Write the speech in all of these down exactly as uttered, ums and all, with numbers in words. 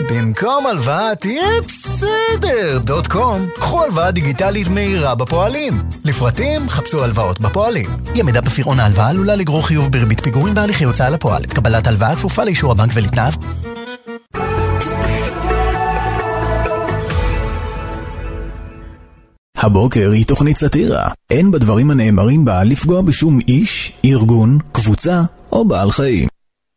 במקום הלוואה תהיה בסדר דוט קום. קחו הלוואה דיגיטלית מהירה בפועלים. לפרטים חפשו הלוואות בפועלים. אי עמידה בפירעון ההלוואה עלולה לגרור חיוב בריבית פיגורים והליכי הוצאה לפועל. קבלת הלוואה כפופה לאישור הבנק ולתנאיו. הבוקר היא תוכנית סאטירה. אין בדברים הנאמרים בה לפגוע בשום איש, ארגון, קבוצה או בעל חיים.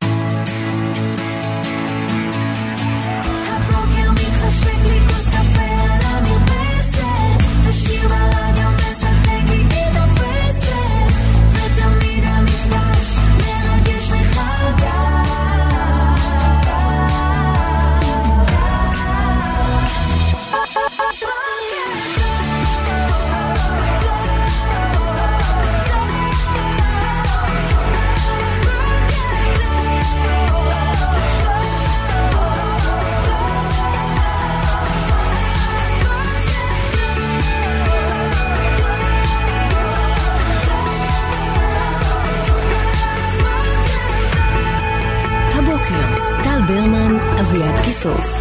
ברמן, אביעד קיסוס.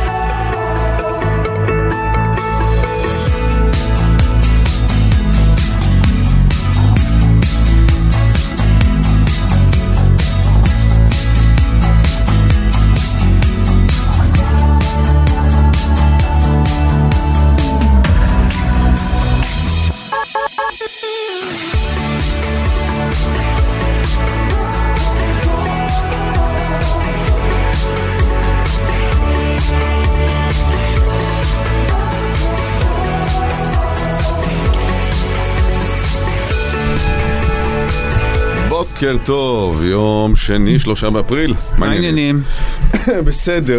בוקר טוב, יום שני, שלושה באפריל. מה העניינים? בסדר.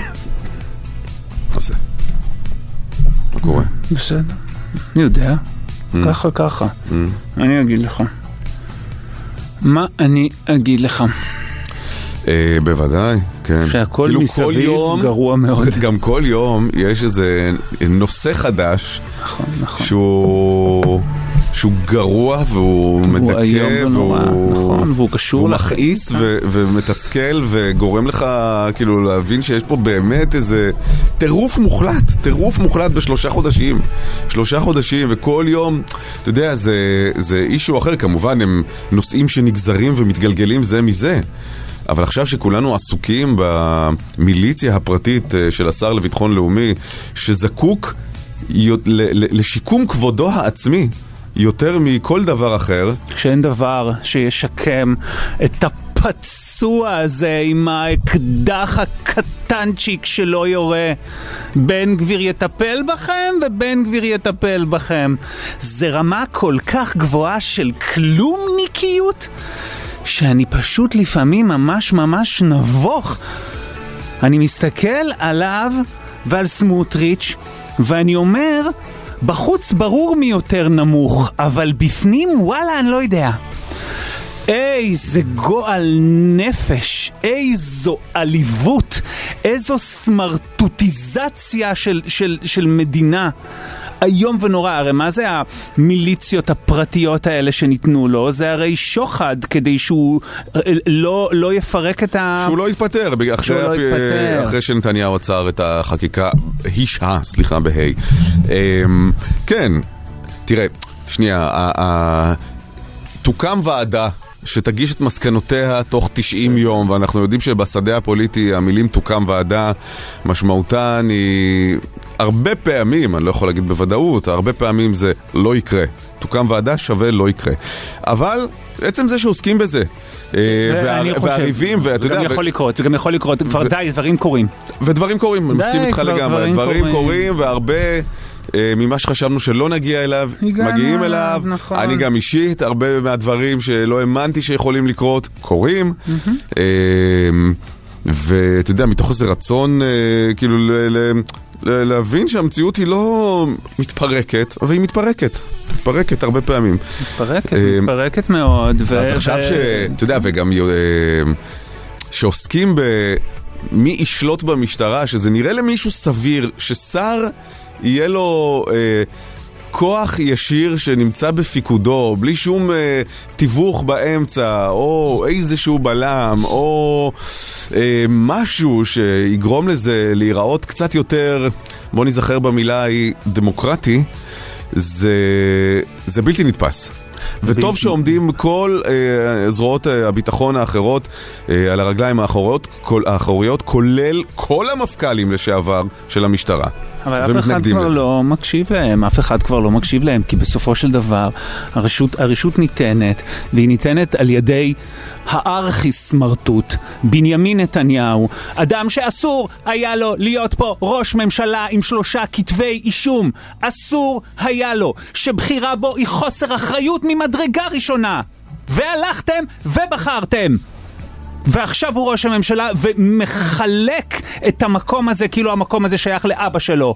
מה זה? מה קורה? בסדר. אני יודע. ככה, ככה. אני אגיד לך. מה אני אגיד לך? בוודאי, כן. שהכל מסביב גרוע מאוד. גם כל יום יש איזה נושא חדש. נכון, נכון. שהוא... שהוא גרוע והוא מדכא והוא נכון, והוא קשור, הוא מכעיס ו- ומתסכל וגורם לך כאילו להבין שיש פה באמת איזה טירוף מוחלט, טירוף מוחלט בשלושה חודשים, שלושה חודשים, וכל יום, אתה יודע, זה, זה אישו אחר. כמובן הם נושאים שנגזרים ומתגלגלים זה מזה, אבל עכשיו שכולנו עסוקים במיליציה הפרטית של השר לביטחון לאומי שזקוק לשיקום כבודו העצמי יותר מכל דבר אחר, שאין דבר שישקם את הפצוע הזה עם האקדח הקטנצ'יק שלא יורה. בן גביר יטפל בכם ובן גביר יטפל בכם. זה רמה כל כך גבוהה של כלומניקיות שאני פשוט לפעמים ממש ממש נבוך. אני מסתכל עליו ועל סמוטריץ' ואני אומר, בחוץ ברור מי יותר נמוך, אבל בפנים וואלה אני לא יודע. איזה גועל נפש, איזו עליבות, איזו סמרטוטיזציה של, של, של מדינה. היום ונורא. הרי מה זה המיליציות הפרטיות האלה שניתנו לו? זה הרי שוחד כדי שהוא לא, לא יפרק את ה... שהוא לא יתפטר, אחרי, לא הפ... יתפטר. אחרי שנתניהו עצר את החקיקה, הישה, סליחה, בהי. כן, תראה, שנייה, תוקם ועדה שתגיש את מסקנותיה תוך תשעים יום, ואנחנו יודעים שבשדה הפוליטי המילים תוקם ועדה משמעותן היא הרבה פעמים, אני לא יכול להגיד בוודאות, הרבה פעמים זה לא יקרה. תוקם ועדה שווה לא יקרה. אבל עצם זה שעוסקים בזה, והריבים, ואתה יודע... זה גם יכול לקרות, זה גם יכול לקרות, כבר די, דברים קורים. ודברים קורים, אני מסכים איתך לגמרי. דברים קורים, והרבה... ממה שחשבנו שלא נגיע אליו, מגיעים אליו. נכון. אני גם אישית, הרבה מהדברים שלא האמנתי שיכולים לקרות, קורים. Mm-hmm. ואתה יודע, מתוך איזה רצון, כאילו, ל- ל- ל- להבין שהמציאות היא לא מתפרקת, אבל היא מתפרקת. מתפרקת הרבה פעמים. מתפרקת, מתפרקת מאוד. אז ו- עכשיו ש... אתה יודע, וגם שעוסקים במי ישלוט במשטרה, שזה נראה למישהו סביר, ששר... יהיה לו אה, כוח ישיר שנמצא בפיקודו, בלי שום אה, תיווך באמצע, או איזשהו בלם, או אה, משהו שיגרום לזה להיראות קצת יותר, בוא נזכר במילה היא דמוקרטי, זה, זה בלתי נתפס. וטוב שעומדים כל אה, זרועות אה, הביטחון האחרות אה, על הרגליים האחוריות, כל, האחוריות, כולל כל המפכ"לים לשעבר של המשטרה. אבל אף אחד כבר לזה. לא מקשיב להם, אף אחד כבר לא מקשיב להם, כי בסופו של דבר הרשות, הרשות ניתנת, והיא ניתנת על ידי הארכי סמרטוט, בנימין נתניהו, אדם שאסור היה לו להיות פה ראש ממשלה עם שלושה כתבי אישום, אסור היה לו, שבחירה בו היא חוסר אחריות ממדרגה ראשונה, והלכתם ובחרתם. ועכשיו הוא ראש הממשלה ומחלק את המקום הזה כאילו המקום הזה שייך לאבא שלו.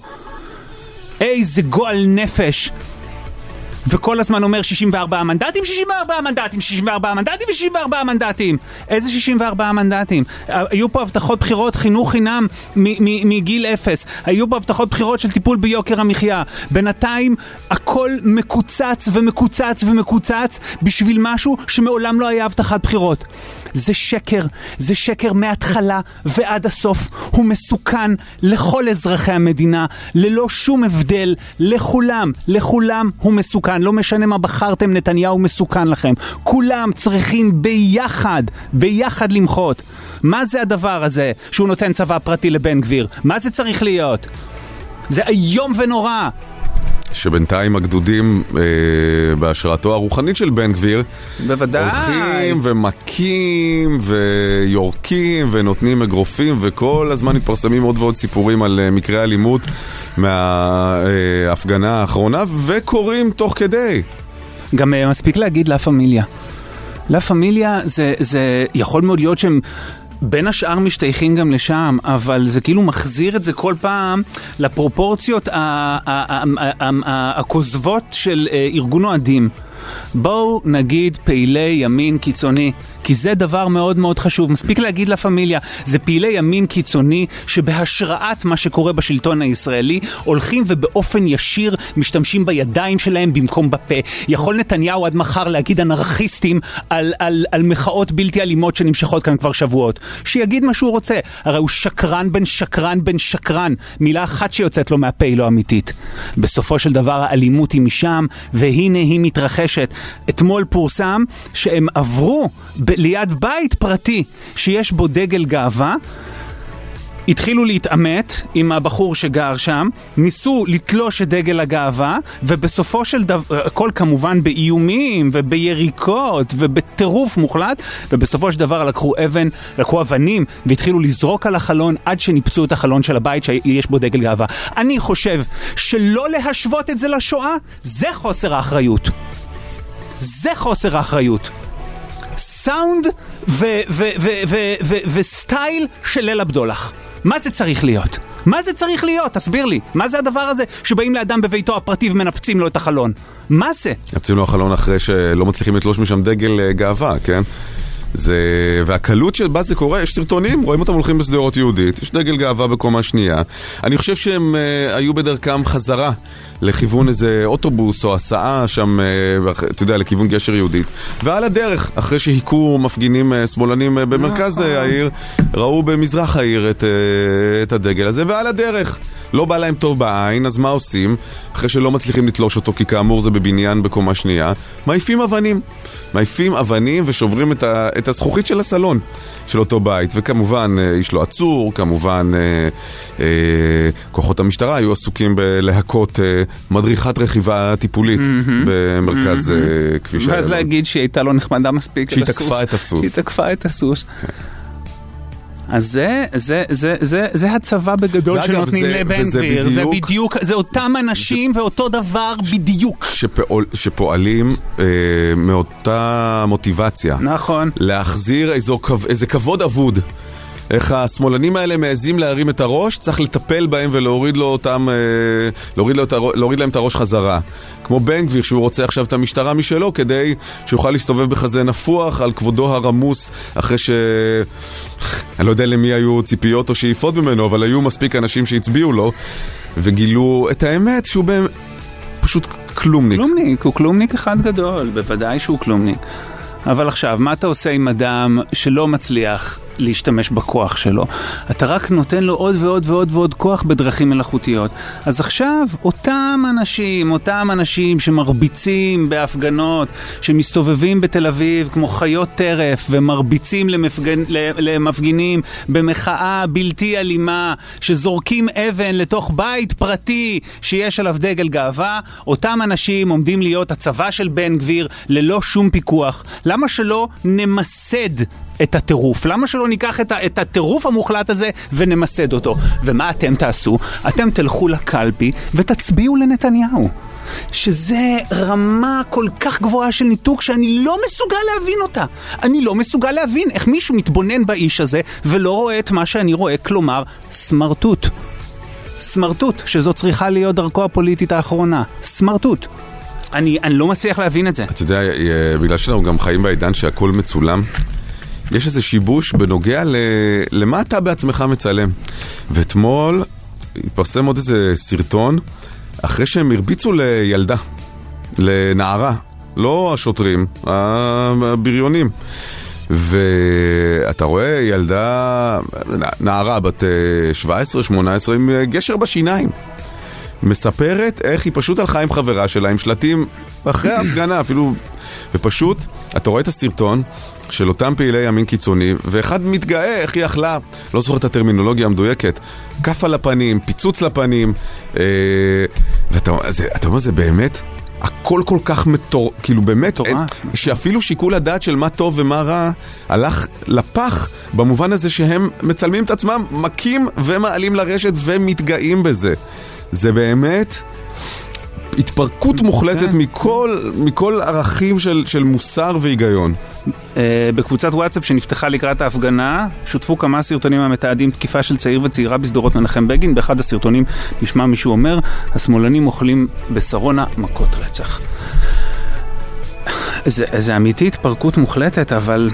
איזה גועל נפש. וכל הזמן אומר שישים וארבעה מנדטים, שישים וארבעה מנדטים, שישים וארבעה מנדטים ו-שישים וארבעה מנדטים. איזה שישים וארבעה מנדטים? היו פה הבטחות בחירות, חינוך חינם מגיל אפס. היו פה הבטחות בחירות של טיפול ביוקר המחיה. בינתיים הכל מקוצץ ומקוצץ ומקוצץ בשביל משהו שמעולם לא היה הבטחת בחירות. זה שקר, זה שקר מההתחלה ועד הסוף. הוא מסוכן לכל אזרחי המדינה, ללא שום הבדל, לכולם, לכולם הוא מסוכן. לא משנה מה בחרתם, נתניהו מסוכן לכם. כולם צריכים ביחד, ביחד למחות. מה זה הדבר הזה שהוא נותן צבא פרטי לבן גביר? מה זה צריך להיות? זה איום ונורא. שבינתיים הגדודים אה, בהשראתו הרוחנית של בן גביר בוודאי הולכים ומקים ויורקים ונותנים אגרופים, וכל הזמן התפרסמים עוד ועוד סיפורים על אה, מקרי אלימות מההפגנה אה, האחרונה, וקוראים תוך כדי. גם אה, מספיק להגיד לה פמיליה. לה פמיליה זה, זה יכול מאוד להיות שהם בין השאר משתייכים גם לשם, אבל זה כאילו מחזיר את זה כל פעם לפרופורציות הכוזבות של ארגון אוהדים. בואו נגיד פעילי ימין קיצוני, כי זה דבר מאוד מאוד חשוב. מספיק להגיד לפמיליה, זה פעילי ימין קיצוני שבהשראת מה שקורה בשלטון הישראלי הולכים ובאופן ישיר משתמשים בידיים שלהם במקום בפה. יכול נתניהו עד מחר להגיד אנרכיסטים על, על, על מחאות בלתי אלימות שנמשכות כאן כבר שבועות. שיגיד מה שהוא רוצה. הרי הוא שקרן בן שקרן בן שקרן. מילה אחת שיוצאת לו מהפה היא לא אמיתית. בסופו של דבר האלימות היא משם, והנה היא מתרחשת. אתמול פורסם שהם עברו ב- ליד בית פרטי שיש בו דגל גאווה, התחילו להתאמת עם הבחור שגר שם, ניסו לתלוש את דגל הגאווה, ובסופו של דבר, הכל כמובן באיומים וביריקות ובטירוף מוחלט, ובסופו של דבר לקחו אבן, לקחו אבנים והתחילו לזרוק על החלון עד שניפצו את החלון של הבית שיש בו דגל גאווה. אני חושב שלא להשוות את זה לשואה, זה חוסר האחריות. זה חוסר האחריות. סאונד וסטייל של ליל הבדולח. מה זה צריך להיות? מה זה צריך להיות? תסביר לי. מה זה הדבר הזה שבאים לאדם בביתו הפרטי ומנפצים לו את החלון? מה זה? נפצים לו החלון אחרי שלא מצליחים לתלוש משם דגל גאווה, כן? זה... והקלות שבה זה קורה, יש סרטונים, רואים אותם הולכים בסדרות יהודית, יש דגל גאווה בקומה שנייה. אני חושב שהם uh, היו בדרכם חזרה לכיוון איזה אוטובוס או הסעה שם, uh, אתה יודע, לכיוון גשר יהודית. ועל הדרך, אחרי שהיקו מפגינים uh, שמאלנים uh, במרכז uh, העיר, ראו במזרח העיר את, uh, את הדגל הזה, ועל הדרך לא בא להם טוב בעין, אז מה עושים? אחרי שלא מצליחים לתלוש אותו, כי כאמור זה בבניין בקומה שנייה, מעיפים אבנים. מעיפים אבנים ושוברים את, ה, את הזכוכית של הסלון של אותו בית. וכמובן, איש לא עצור, כמובן, אה, אה, כוחות המשטרה היו עסוקים בלהקות אה, מדריכת רכיבה טיפולית mm-hmm. במרכז mm-hmm. אה, כביש איילון. ואז להגיד שהיא הייתה לא נחמדה מספיק. שהיא תקפה את הסוס. שהיא תקפה את הסוס. Okay. אז זה, זה, זה, זה, זה הצבא בגדול שנותנים לבן גביר. זה בדיוק, זה אותם אנשים זה... ואותו דבר בדיוק. שפועל, שפועלים אה, מאותה מוטיבציה. נכון. להחזיר איזו, איזה כבוד אבוד. איך השמאלנים האלה מעזים להרים את הראש, צריך לטפל בהם ולהוריד לו אותם, אה, להוריד, לו, להוריד להם את הראש חזרה. כמו בן גביר שהוא רוצה עכשיו את המשטרה משלו כדי שיוכל להסתובב בחזה נפוח על כבודו הרמוס, אחרי ש... אני לא יודע למי היו ציפיות או שאיפות ממנו, אבל היו מספיק אנשים שהצביעו לו וגילו את האמת שהוא באמת פשוט כלומניק. כלומניק, הוא כלומניק אחד גדול, בוודאי שהוא כלומניק. אבל עכשיו, מה אתה עושה עם אדם שלא מצליח להשתמש בכוח שלו? אתה רק נותן לו עוד ועוד ועוד ועוד כוח בדרכים מלאכותיות. אז עכשיו, אותם אנשים, אותם אנשים שמרביצים בהפגנות, שמסתובבים בתל אביב כמו חיות טרף, ומרביצים למפגנ... למפגינים במחאה בלתי אלימה, שזורקים אבן לתוך בית פרטי שיש עליו דגל גאווה, אותם אנשים עומדים להיות הצבא של בן גביר ללא שום פיקוח. למה שלא נמסד את הטירוף? למה שלא ניקח את, ה- את הטירוף המוחלט הזה ונמסד אותו? ומה אתם תעשו? אתם תלכו לקלפי ותצביעו לנתניהו. שזה רמה כל כך גבוהה של ניתוק שאני לא מסוגל להבין אותה. אני לא מסוגל להבין איך מישהו מתבונן באיש הזה ולא רואה את מה שאני רואה, כלומר, סמרטוט. סמרטוט, שזו צריכה להיות דרכו הפוליטית האחרונה. סמרטוט. אני, אני לא מצליח להבין את זה. אתה יודע, בגלל שאנחנו גם חיים בעידן שהכל מצולם, יש איזה שיבוש בנוגע ל... למה אתה בעצמך מצלם. ואתמול התפרסם עוד איזה סרטון, אחרי שהם הרביצו לילדה, לנערה, לא השוטרים, הבריונים. ואתה רואה ילדה, נערה בת שבע עשרה שמונה עשרה עם גשר בשיניים. מספרת איך היא פשוט הלכה עם חברה שלה, עם שלטים אחרי ההפגנה אפילו, ופשוט, אתה רואה את הסרטון של אותם פעילי ימין קיצוני, ואחד מתגאה איך היא אכלה, לא זוכר את הטרמינולוגיה המדויקת, כף על הפנים, פיצוץ לפנים, אה, ואתה זה, אתה אומר, זה באמת, הכל כל כך מטור, כאילו באמת, אין, שאפילו שיקול הדעת של מה טוב ומה רע, הלך לפח, במובן הזה שהם מצלמים את עצמם, מכים ומעלים לרשת ומתגאים בזה. זה באמת התפרקות מוחלטת מכל, מכל ערכים של, של מוסר והיגיון. בקבוצת וואטסאפ שנפתחה לקראת ההפגנה, שותפו כמה סרטונים המתעדים תקיפה של צעיר וצעירה בסדרות מנחם בגין. באחד הסרטונים נשמע מישהו אומר, השמאלנים אוכלים בשרונה מכות רצח. זה, זה אמיתי התפרקות מוחלטת, אבל...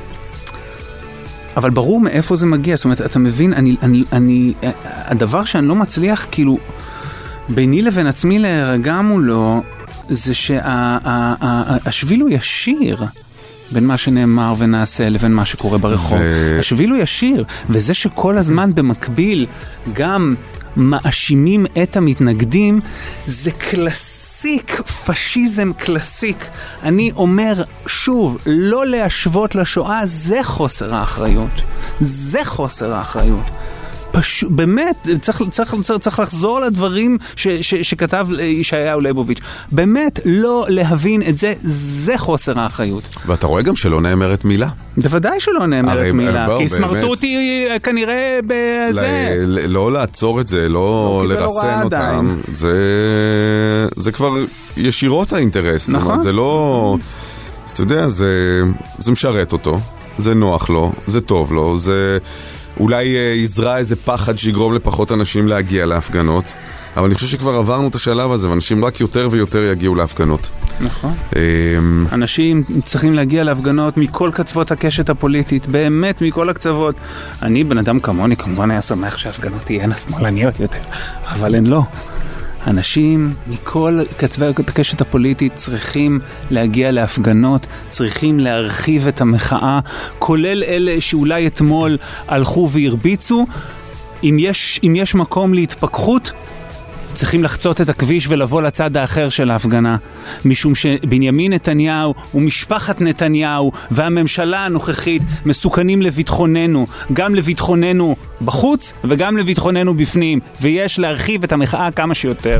אבל ברור מאיפה זה מגיע. זאת אומרת, אתה מבין, אני, אני, אני, הדבר שאני לא מצליח, כאילו, ביני לבין עצמי להירגע מולו, זה שהשביל הוא ישיר בין מה שנאמר ונעשה לבין מה שקורה ברחוב. ו... השביל הוא ישיר, וזה שכל הזמן במקביל גם מאשימים את המתנגדים, זה קלאסיק, פשיזם קלאסיק. אני אומר שוב, לא להשוות לשואה, זה חוסר האחריות. זה חוסר האחריות. פשוט, באמת, צריך, צריך, צריך, צריך לחזור לדברים ש, ש, שכתב ישעיהו ליבוביץ'. באמת, לא להבין את זה, זה חוסר האחריות. ואתה רואה גם שלא נאמרת מילה. בוודאי שלא נאמרת מילה, כי סמרטוט היא כנראה בזה. לא לעצור את זה, לא לרסן אותם, זה כבר ישירות האינטרס. נכון. זה לא, אתה יודע, זה משרת אותו, זה נוח לו, זה טוב לו, זה... אולי יזרע איזה פחד שיגרום לפחות אנשים להגיע להפגנות, אבל אני חושב שכבר עברנו את השלב הזה, ואנשים רק יותר ויותר יגיעו להפגנות. נכון. אנשים צריכים להגיע להפגנות מכל קצוות הקשת הפוליטית, באמת מכל הקצוות. אני, בן אדם כמוני, כמובן היה שמח שההפגנות תהיינה שמאלניות יותר, אבל הן לא. אנשים מכל קצווי הקשת הפוליטית צריכים להגיע להפגנות, צריכים להרחיב את המחאה, כולל אלה שאולי אתמול הלכו והרביצו. אם יש, אם יש מקום להתפכחות, צריכים לחצות את הכביש ולבוא לצד האחר של ההפגנה, משום שבנימין נתניהו ומשפחת נתניהו והממשלה הנוכחית מסוכנים לביטחוננו, גם לביטחוננו בחוץ וגם לביטחוננו בפנים, ויש להרחיב את המחאה כמה שיותר.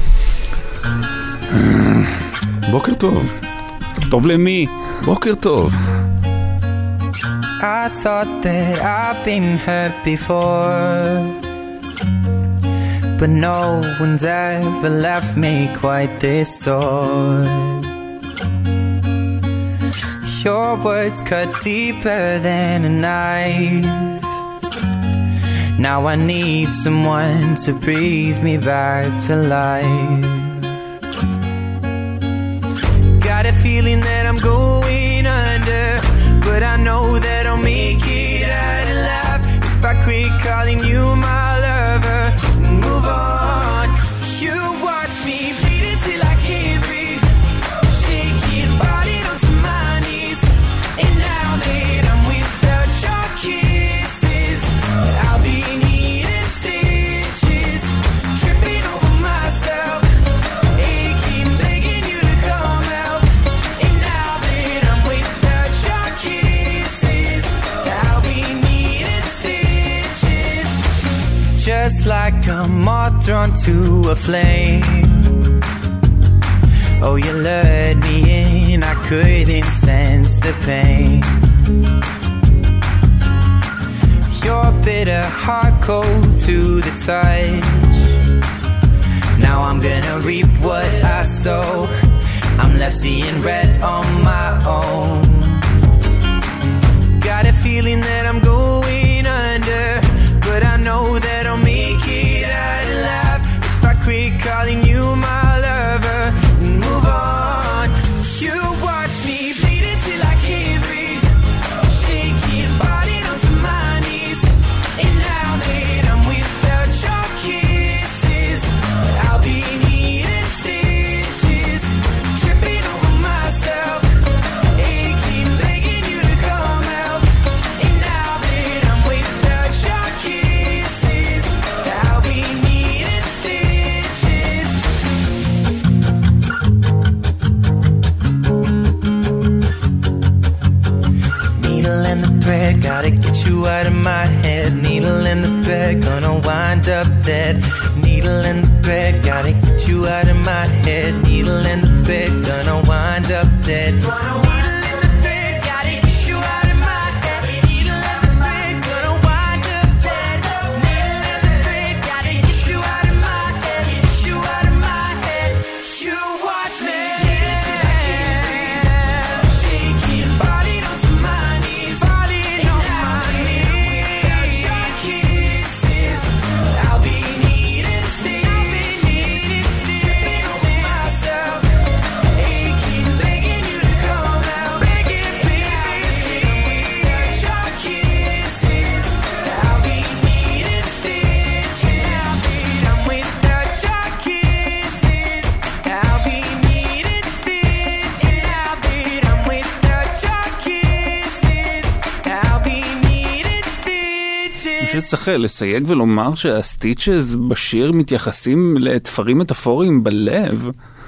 בוקר טוב. טוב למי? בוקר טוב. I thought that I've been hurt before, but no one's ever left me quite this sore. Your words cut deeper than a knife. Now I need someone to breathe me back to life. Got a feeling that I'm going under, but I know that I'll make it out alive if I quit calling you my lover and move on. You watch me bleed until I can't just like a moth drawn to a flame. Oh, you lured me in, I couldn't sense the pain. Your bitter heart cold to the touch. Now I'm gonna reap what I sow. I'm left seeing red on my own. Got a feeling that I'm going under, but I know that I'll make it out alive if I quit calling you my lover and move on. You watch me bleed until I can't breathe, shaking, falling onto my knees. And now that I'm without your kisses, I'll be needing stitches, tripping over myself, aching, begging you to come out. And now that I'm without your kisses, I'll be needing stitches. Needle in the thread, gotta get you out of my head. Needle in the thread, gonna wind up dead. Needle in the thread, gotta get you out of my head. Needle in the thread, gonna wind up dead. Needle in the thread, gotta get you out of my head. Needle in the thread, gonna wind up dead. Needle in the thread, gotta get you out of my head. Get you out of my head. You watch me till I can't breathe, shaking, falling onto my knees, falling on my knees. Without your kisses, I'll be needing stitches, tripping over myself, aching, begging you to come out, begging, begging. Without your kisses, I'll be needing stitches. I'm without your kisses, I'll be needing stitches. I'm without your kisses, I'll be needing stitches. אני חושב שצריך לסייג ולומר שהסטיצ'ז בשיר מתייחסים לתפרים מטאפוריים בלב,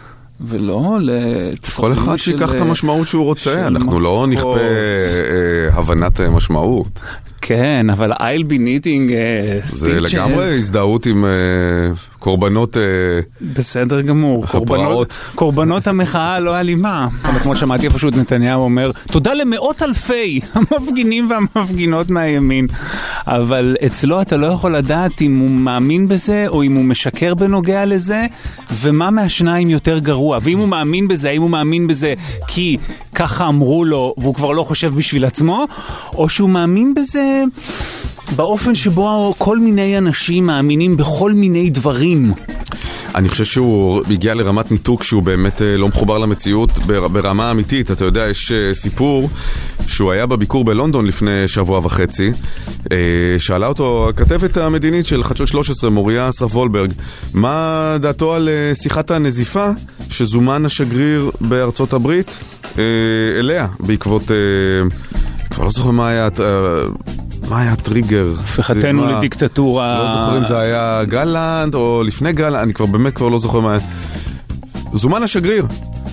ולא לתפרים כל אחד של- שיקח את המשמעות שהוא של רוצה, אנחנו לא מכות. נכפה אה, הבנת אה, משמעות. כן, אבל I'll be needing uh, זה stitches. לגמרי הזדהות עם אה, קורבנות אה, בסדר גמור, קורבנות, הפרעות. קורבנות המחאה לא אלימה. אבל כמו שמעתי פשוט נתניהו אומר, תודה למאות אלפי המפגינים והמפגינות מהימין. אבל אצלו אתה לא יכול לדעת אם הוא מאמין בזה או אם הוא משקר בנוגע לזה, ומה מהשניים יותר גרוע. ואם הוא מאמין בזה, האם הוא מאמין בזה כי ככה אמרו לו והוא כבר לא חושב בשביל עצמו, או שהוא מאמין בזה באופן שבו כל מיני אנשים מאמינים בכל מיני דברים. אני חושב שהוא הגיע לרמת ניתוק שהוא באמת לא מחובר למציאות ברמה אמיתית. אתה יודע, יש סיפור שהוא היה בביקור בלונדון לפני שבוע וחצי. שאלה אותו הכתבת המדינית של חדשות שלוש עשרה, מוריה אסרף וולברג, מה דעתו על שיחת הנזיפה שזומן השגריר בארצות הברית אליה בעקבות, כבר לא זוכר מה היה מה היה הטריגר? הפיכתנו לדיקטטורה. לא זוכר אם זה היה גלנט או לפני גלנט, אני כבר באמת כבר לא זוכר מה היה. זומן השגריר.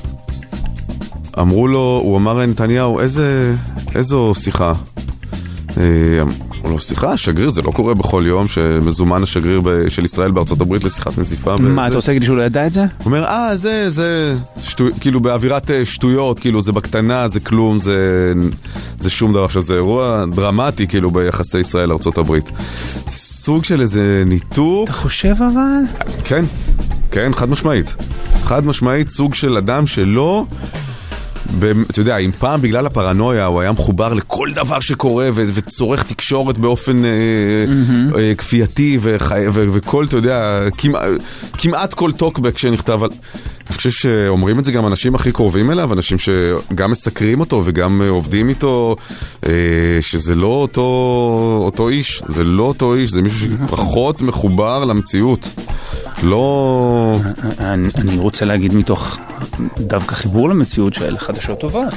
אמרו לו, הוא אמר נתניהו, איזה, איזו שיחה? אמרו לו, שיחה, השגריר, זה לא קורה בכל יום שמזומן השגריר של ישראל בארצות הברית לשיחת נזיפה. מה, אתה רוצה להגיד שהוא לא ידע את זה? הוא אומר, אה, זה, זה, כאילו באווירת שטויות, כאילו זה בקטנה, זה כלום, זה, זה שום דבר. עכשיו, זה אירוע דרמטי, כאילו, ביחסי ישראל לארצות הברית. סוג של איזה ניתוק. אתה חושב אבל? כן, כן, חד משמעית. חד משמעית, סוג של אדם שלא... אתה יודע, אם פעם בגלל הפרנויה הוא היה מחובר לכל דבר שקורה ו- וצורך תקשורת באופן mm-hmm. אה, אה, כפייתי וחי- ו- וכל, אתה יודע, כמעט, כמעט כל טוקבק שנכתב על... אני חושב שאומרים את זה גם אנשים הכי קרובים אליו, אנשים שגם מסקרים אותו וגם עובדים איתו, אה, שזה לא אותו, אותו איש, זה לא אותו איש, זה מישהו שפחות מחובר למציאות. לא... אני, אני רוצה להגיד מתוך דווקא חיבור למציאות של חדשות טובות.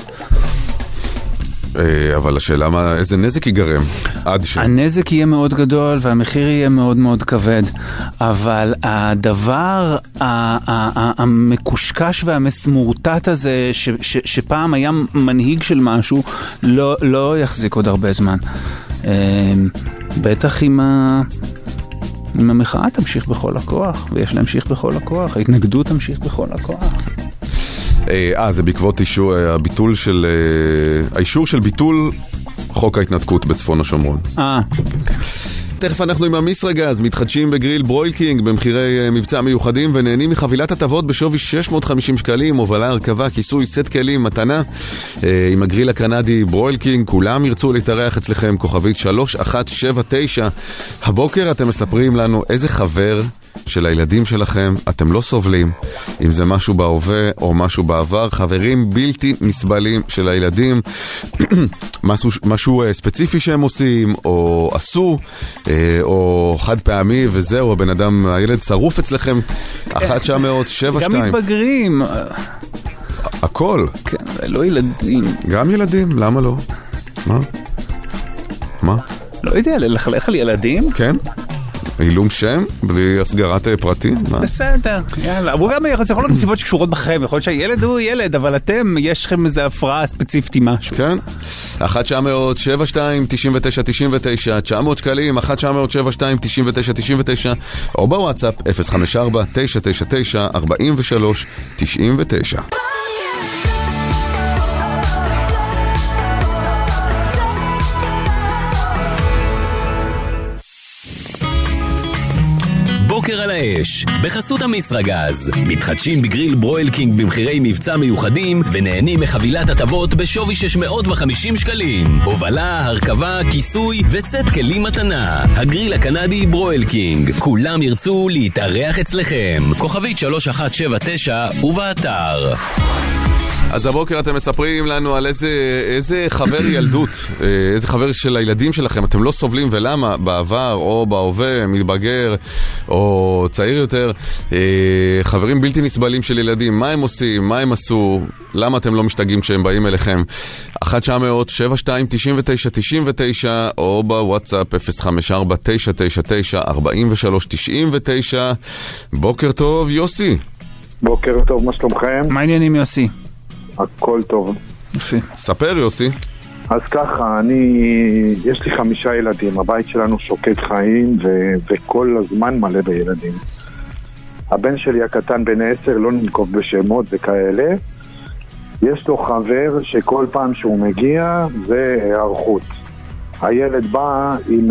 אבל השאלה מה, איזה נזק ייגרם עד ש... הנזק יהיה מאוד גדול והמחיר יהיה מאוד מאוד כבד, אבל הדבר המקושקש והמסמורטט הזה ש, ש, שפעם היה מנהיג של משהו לא, לא יחזיק עוד הרבה זמן. בטח עם ה... אם המחאה תמשיך בכל הכוח, ויש להמשיך בכל הכוח, ההתנגדות תמשיך בכל הכוח. אה, זה בעקבות אישור, הביטול של, האישור של ביטול חוק ההתנתקות בצפון השומרון. אה. תכף אנחנו עם המסרגז, מתחדשים בגריל ברוילקינג במחירי מבצע מיוחדים ונהנים מחבילת הטבות בשווי שש מאות וחמישים שקלים, הובלה, הרכבה, כיסוי, סט כלים, מתנה. עם הגריל הקנדי ברוילקינג, כולם ירצו להתארח אצלכם, כוכבית שלוש אחת שבע תשע. הבוקר אתם מספרים לנו איזה חבר של הילדים שלכם אתם לא סובלים, אם זה משהו בהווה או משהו בעבר, חברים בלתי נסבלים של הילדים, משהו, משהו ספציפי שהם עושים או עשו, או חד פעמי וזהו, הבן אדם, הילד שרוף אצלכם. אחת תשע מאות שבע שתיים. גם מתבגרים. הכל. כן, לא ילדים. גם ילדים, למה לא? מה? מה? לא יודע, ללכלך על ילדים? כן. אילום שם, בלי הסגרת פרטים. בסדר, יאללה. הוא גם יכול להיות מסיבות שקשורות בכם, יכול להיות שהילד הוא ילד, אבל אתם, יש לכם איזו הפרעה ספציפית עם משהו. כן. אחת תשע מאות שבע שתיים תשעים ותשע תשעים ותשע, תשע מאות שקלים, אחת תשע מאות שבע שתיים תשעים ותשע תשעים ותשע, או בוואטסאפ אפס חמש ארבע תשע תשע תשע ארבעים ושלוש תשעים ותשע. בוקר על האש, בחסות המסרגז. מתחדשים בגריל ברוילקינג במחירי מבצע מיוחדים ונהנים מחבילת הטבות בשווי שש מאות וחמישים שקלים. הובלה, הרכבה, כיסוי וסט כלים מתנה. הגריל הקנדי ברוילקינג, כולם ירצו להתארח אצלכם. כוכבית שלוש אחת שבע תשע ובאתר. אז הבוקר אתם מספרים לנו על איזה, איזה חבר ילדות, איזה חבר של הילדים שלכם אתם לא סובלים ולמה, בעבר או בהווה, מתבגר או צעיר יותר, חברים בלתי נסבלים של ילדים, מה הם עושים, מה הם עשו, למה אתם לא משתגעים כשהם באים אליכם. אחת תשע מאות שבע שתיים תשעים ותשע תשעים ותשע או בוואטסאפ אפס חמש ארבע תשע תשע תשע ארבעים ושלוש תשעים ותשע. בוקר טוב יוסי. בוקר טוב, מה שלומכם? מה העניינים יוסי? הכל טוב. יופי. ספר יוסי. אז ככה, אני, יש לי חמישה ילדים, הבית שלנו שוקד חיים ו- וכל הזמן מלא בילדים. הבן שלי הקטן בן עשר, לא ננקוב בשמות וכאלה, יש לו חבר שכל פעם שהוא מגיע זה הערכות. הילד בא עם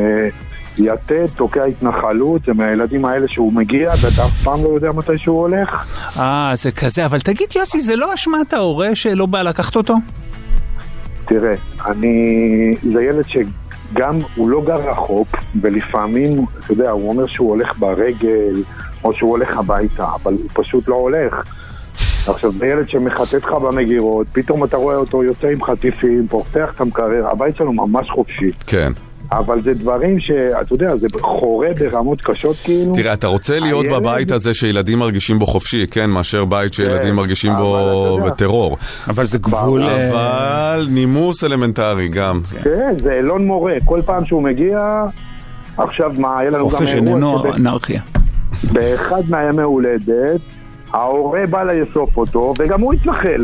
יתד, תוקע התנחלות, זה מהילדים האלה שהוא מגיע ואתה אף פעם לא יודע מתי שהוא הולך. אה, זה כזה, אבל תגיד יוסי, זה לא אשמת ההורה שלא בא לקחת אותו? תראה, אני, זה ילד שגם הוא לא גר רחוק, ולפעמים, אתה יודע, הוא אומר שהוא הולך ברגל, או שהוא הולך הביתה, אבל הוא פשוט לא הולך. עכשיו, זה ילד שמחטט לך במגירות, פתאום אתה רואה אותו יוצא עם חטיפים, פורפח את המקרר, הבית שלנו ממש חופשי. כן. אבל זה דברים שאתה יודע, זה חורה ברמות קשות כאילו. תראה, אתה רוצה להיות הילד... בבית הזה שילדים מרגישים בו חופשי, כן, מאשר בית שילדים כן, מרגישים בו בטרור. אבל זה גבול... אבל נימוס אלמנטרי גם. כן, זה אלון מורה, כל פעם שהוא מגיע, עכשיו מה, היה לנו גם חופש איננו אנרכיה. באחד מהימי הולדת, ההורה בא לאסוף אותו, וגם הוא התנחל.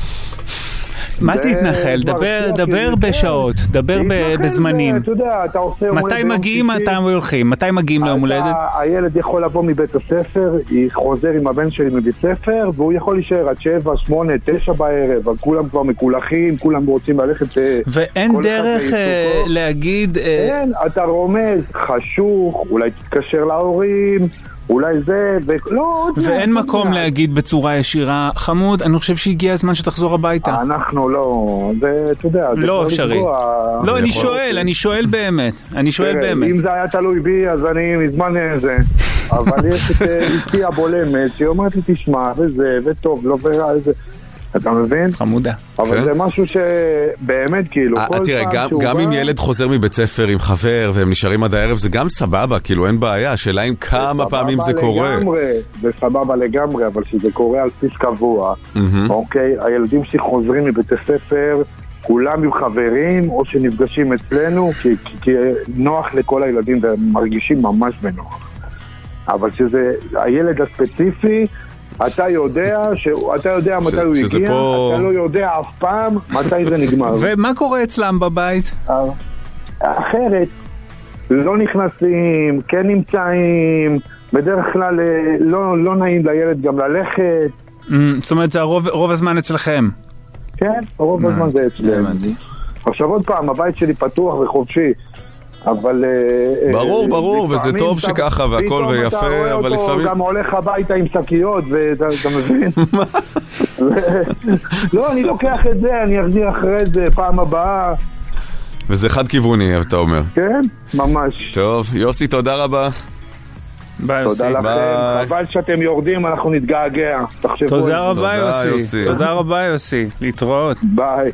מה זה התנחל? דבר, דבר בשעות, דבר בזמנים. מתי מגיעים, מתי הולכים? מתי מגיעים ליום הולדת? הילד יכול לבוא מבית הספר, חוזר עם הבן שלי מבית ספר, והוא יכול להישאר עד שבע, שמונה, תשע בערב, כולם כבר מקולחים, כולם רוצים ללכת... ואין דרך להגיד... כן, אתה רומז, חשוך, אולי תתקשר להורים... אולי זה, ולא... ואין מקום להגיד בצורה ישירה, חמוד, אני חושב שהגיע הזמן שתחזור הביתה. אנחנו לא, זה, אתה יודע, זה לא אפשרי. לא, אני שואל, אני שואל באמת. אני שואל באמת. אם זה היה תלוי בי, אז אני מזמן זה. אבל יש את איתי הבולמת, שהיא אומרת לי, תשמע, וזה, וטוב, לא ורע, זה... אתה מבין? חמודה. אבל זה משהו שבאמת כאילו תראה, גם אם ילד חוזר מבית ספר עם חבר והם נשארים עד הערב, זה גם סבבה, כאילו אין בעיה, השאלה אם כמה פעמים זה קורה. זה סבבה לגמרי, אבל שזה קורה על בסיס קבוע, אוקיי? הילדים שחוזרים מבית הספר, כולם עם חברים או שנפגשים אצלנו, כי נוח לכל הילדים והם מרגישים ממש בנוח. אבל שזה הילד הספציפי, אתה יודע, אתה יודע מתי הוא הגיע, אתה לא יודע אף פעם מתי זה נגמר. ומה קורה אצלם בבית? אחרת, לא נכנסים, כן נמצאים, בדרך כלל לא, לא נעים לילד גם ללכת. זאת אומרת, זה הרוב, רוב הזמן אצלכם. כן, רוב הזמן זה אצלם. עכשיו עוד פעם, הבית שלי פתוח וחופשי, אבל... ברור, ברור, וזה טוב שככה, והכל ויפה, אבל לפעמים... פתאום גם הולך הביתה עם שקיות, ואתה מבין? לא, אני לוקח את זה, אני אחזיר אחרי זה פעם הבאה. וזה חד כיווני, אתה אומר. כן, ממש. טוב, יוסי, תודה רבה. ביי, יוסי. תודה לכם, חבל שאתם יורדים, אנחנו נתגעגע. תודה רבה, יוסי. תודה רבה, יוסי. להתראות. ביי.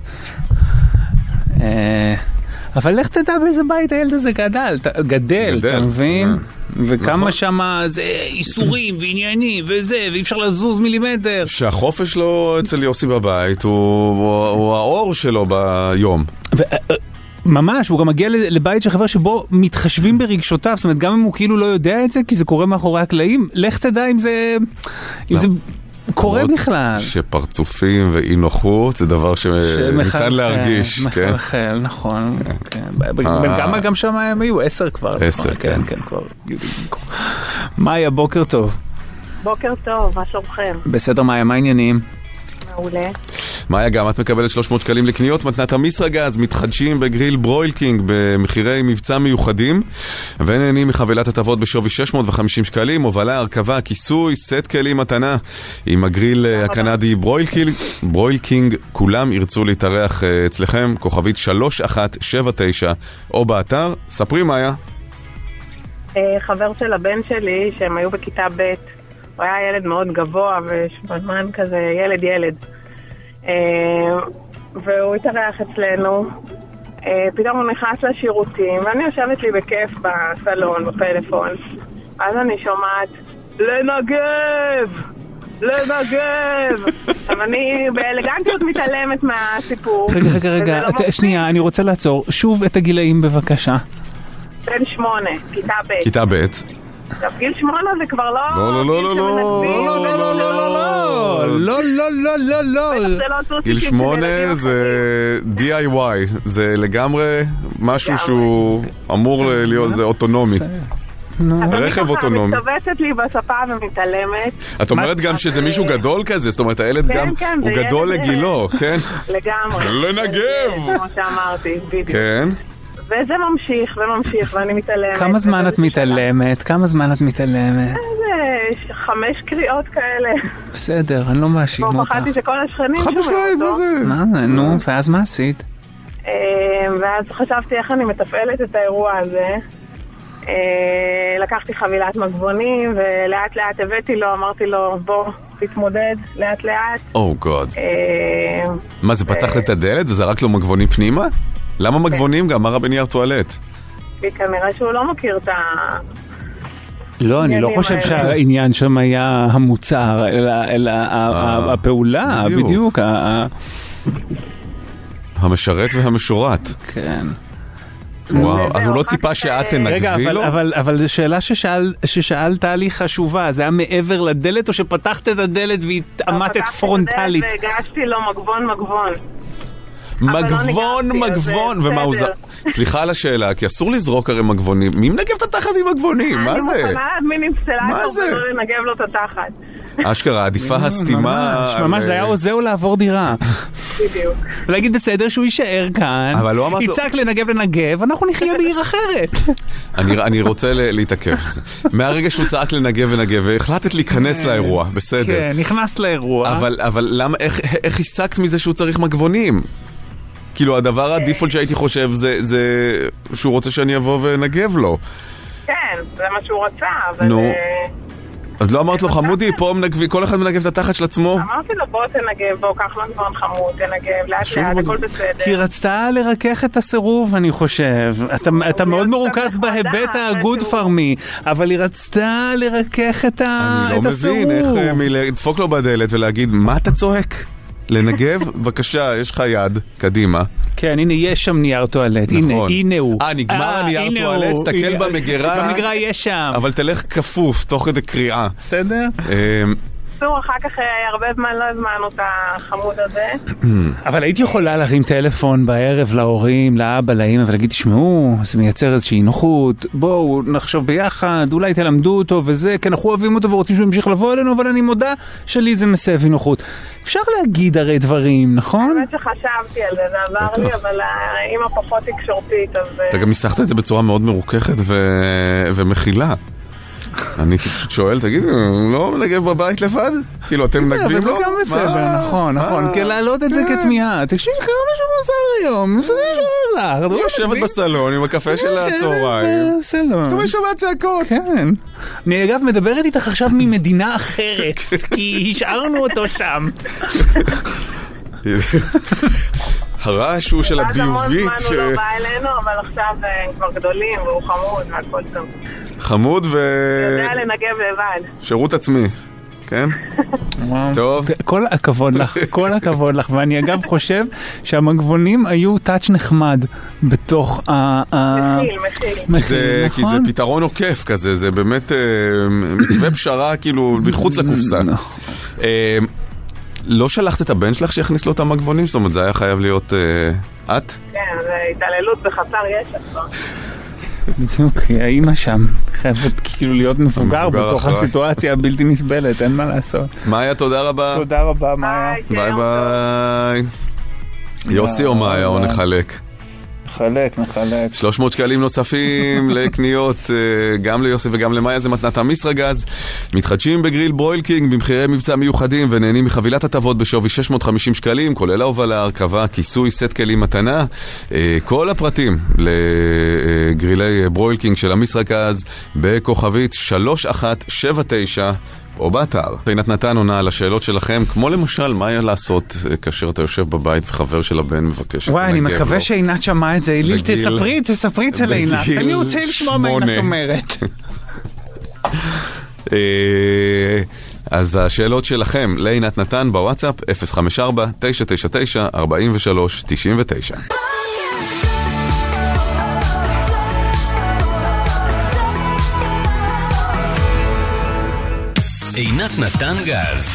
אבל לך תדע באיזה בית הילד הזה גדל, גדל, אתה מבין? וכמה שמה זה איסורים ועניינים וזה, ואי אפשר לזוז מילימטר. שהחופש לו אצל יוסי בבית הוא האור שלו ביום. ממש, הוא גם מגיע לבית של חבר שבו מתחשבים ברגשותיו, זאת אומרת, גם אם הוא כאילו לא יודע את זה, כי זה קורה מאחורי הקלעים, לך תדע אם זה, אם זה קורה בכלל. שפרצופים ואי נוחות, זה דבר שניתן להרגיש. מחלחל, נכון. גם שם הם היו עשר כבר. עשר, כן. כן, כבר. מאיה, בוקר טוב. בוקר טוב, מה שלומכם? בסדר, מאיה, מה העניינים? מעולה. מאיה, גם את מקבלת שלוש מאות שקלים לקניות מתנת המסרגז, מתחדשים בגריל ברויל קינג במחירי מבצע מיוחדים, ונהנים מחבילת הטבות בשווי שש מאות וחמישים שקלים, הובלה, הרכבה, כיסוי, סט כלים מתנה עם הגריל הקנדי ברויל קינג. ברויל קינג, כולם ירצו להתארח אצלכם, כוכבית שלוש אחת שבע תשע או באתר. ספרי, מאיה. חבר של הבן שלי, שהם היו בכיתה ב', הוא היה ילד מאוד גבוה ושמנמן כזה, ילד ילד. והוא התארח אצלנו, פתאום הוא נכנס לשירותים, ואני יושבת לי בכיף בסלון, בפלאפון, אז אני שומעת, לנגב! לנגב! אבל אני באלגנטיות מתעלמת מהסיפור. רגע, רגע, רגע, שנייה, אני רוצה לעצור. שוב את הגילאים בבקשה. בן שמונה, כיתה ב'. כיתה ב'. גיל שמונה זה כבר לא... לא, לא, לא, לא, לא, לא, לא, לא, לא, לא, לא, לא, לא. גיל שמונה זה די איי וואי, זה לגמרי משהו שהוא אמור להיות, זה אוטונומי. רכב אוטונומי. אני מתכווצת לי בספה ומתעלמת. את אומרת גם שזה מישהו גדול כזה, זאת אומרת הילד גם הוא גדול לגילו, כן? לגמרי. לנגב! כמו שאמרתי, בדיוק. כן. וזה ממשיך וממשיך ואני מתעלמת. כמה זמן את מתעלמת? כמה זמן את מתעלמת? איזה חמש קריאות כאלה. בסדר, אני לא מאשים אותך. פחדתי שכל השכנים שומעים אותו. מה זה? נו, ואז מה עשית? ואז חשבתי איך אני מתפעלת את האירוע הזה. לקחתי חבילת מגבונים ולאט לאט הבאתי לו, אמרתי לו בוא תתמודד לאט לאט. או גוד. מה זה, פתחת את הדלת וזרק לו מגבונים פנימה? למה מגבונים גם? מה רע בנייר טואלט? כי כנראה שהוא לא מכיר את ה... לא, אני לא חושב שהעניין שם היה המוצר, אלא הפעולה, בדיוק. המשרת והמשורת. כן. וואו, אז הוא לא ציפה שאת תנגבי לו? רגע, אבל שאלה ששאלת לי חשובה, זה היה מעבר לדלת או שפתחת את הדלת והתעמתת פרונטלית? פתחתי את הדלת והגשתי לו מגבון מגבון. מגבון, מגבון, ומה הוא... סליחה על השאלה, כי אסור לזרוק הרי מגבונים. מי מנגב את התחת עם מגבונים? מה זה? אני מוכנה להדמין אינסטלטור ולא לנגב לו את התחת. אשכרה, עדיפה הסתימה... ממש, זה היה עוזר או לעבור דירה. בדיוק. להגיד בסדר שהוא יישאר כאן, יצעק לנגב לנגב, אנחנו נחיה בעיר אחרת. אני רוצה להתעכב את זה. מהרגע שהוא צעק לנגב ונגב, והחלטת להיכנס לאירוע, בסדר. כן, נכנס לאירוע. אבל למה, איך הסקת מזה שהוא צריך מגבונים? כאילו, הדבר הדיפולט שהייתי חושב זה שהוא רוצה שאני אבוא ונגב לו. כן, זה מה שהוא רצה, אבל... נו. אז לא אמרת לו, חמודי, פה מנגבי, כל אחד מנגב את התחת של עצמו? אמרתי לו, בוא תנגב, בוא, קח לנו זמן חמוד, תנגב, לאט לאט, הכל בסדר. כי רצתה לרכך את הסירוב, אני חושב. אתה מאוד מרוכז בהיבט הגוד פרמי, אבל היא רצתה לרכך את הסירוב. אני לא מבין איך לדפוק לו בדלת ולהגיד, מה אתה צועק? לנגב, בבקשה, יש לך יד, קדימה. כן, הנה, יש שם נייר טואלט. הנה, הנה הוא. אה, נגמר הנייר טואלט, תסתכל במגירה. במגירה יש שם. אבל תלך כפוף, תוך כדי קריאה. בסדר? בקיצור, אחר כך הרבה זמן לא הזמנו את החמוד הזה. אבל היית יכולה להרים טלפון בערב להורים, לאבא, לאמא, ולהגיד, תשמעו, זה מייצר איזושהי נוחות, בואו נחשוב ביחד, אולי תלמדו אותו וזה, כי אנחנו אוהבים אותו ורוצים שהוא ימשיך לבוא אלינו, אבל אני מודה שלי זה מסב נוחות. אפשר להגיד הרי דברים, נכון? באמת שחשבתי על זה, זה עבר לי, אבל האמא פחות תקשורתית, אז... אתה גם מסתכת את זה בצורה מאוד מרוככת ומכילה. אני פשוט שואל, תגיד, הוא לא מנגב בבית לבד? כאילו, אתם מנגבים לו? אבל זה גם בסדר, נכון, נכון. כי להעלות את זה כתמיהה. תקשיב, קרה משהו מוזר היום. היא יושבת בסלון עם הקפה של הצהריים. בסלון. פתאום יש שומע צעקות. כן. אני אגב מדברת איתך עכשיו ממדינה אחרת, כי השארנו אותו שם. הרעש הוא של הביובית. אז המון זמן הוא לא בא אלינו, אבל עכשיו הם כבר גדולים והוא חמוד והכל טוב. חמוד ו... יודע לנגב לבד. שירות עצמי, כן? טוב. כל הכבוד לך, כל הכבוד לך. ואני אגב חושב שהמגבונים היו טאץ' נחמד בתוך ה... מכיל, מכיל. כי זה פתרון עוקף כזה, זה באמת מתווה פשרה כאילו מחוץ לקופסה. לא שלחת את הבן שלך שיכניס לו את המגבונים? זאת אומרת, זה היה חייב להיות את? כן, זה התעללות בחסר ישע כבר. בדיוק, האמא שם חייבת כאילו להיות מבוגר בתוך הסיטואציה הבלתי נסבלת, אין מה לעשות. מאיה, תודה רבה. תודה רבה, מאיה. ביי ביי. יוסי או מאיה, או נחלק? נחלק, נחלק. שלוש מאות שקלים נוספים לקניות, גם ליוסי וגם למאיה, זה מתנת המסרגז. מתחדשים בגריל ברויל קינג במחירי מבצע מיוחדים ונהנים מחבילת הטבות בשווי שש מאות וחמישים שקלים, כולל ההובלה, הרכבה, כיסוי, סט כלים מתנה. כל הפרטים לגרילי ברויל קינג של המסרגז בכוכבית שלוש אחת שבע תשע או באתר. עינת נתן עונה על השאלות שלכם, כמו למשל, מה היה לעשות כאשר אתה יושב בבית וחבר של הבן מבקש וואי, אני מקווה שעינת שמעה את זה. איליל, תספרי, תספרי אצל עינת. אני רוצה לשמוע מה עינת אומרת. אז השאלות שלכם לעינת נתן בוואטסאפ אפס חמש ארבע תשע תשע תשע ארבע שלוש תשע תשע. עינת נתן גז.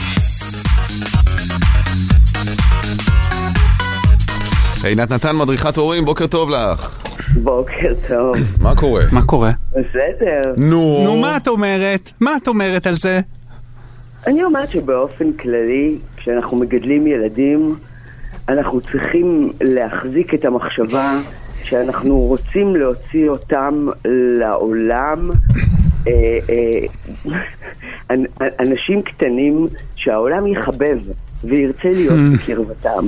עינת נתן, מדריכת הורים, בוקר טוב לך. בוקר טוב. מה קורה? מה קורה? בסדר. נו. נו, מה את אומרת? מה את אומרת על זה? אני אומרת שבאופן כללי, כשאנחנו מגדלים ילדים, אנחנו צריכים להחזיק את המחשבה שאנחנו רוצים להוציא אותם לעולם, אנשים קטנים שהעולם יחבב וירצה להיות בקרבתם.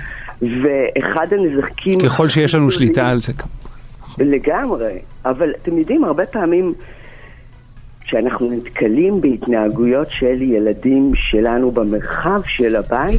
ואחד הנזקים... ככל שיש לנו שליטה על זה. לגמרי. אבל אתם יודעים, הרבה פעמים כשאנחנו נתקלים בהתנהגויות של ילדים שלנו במרחב של הבית,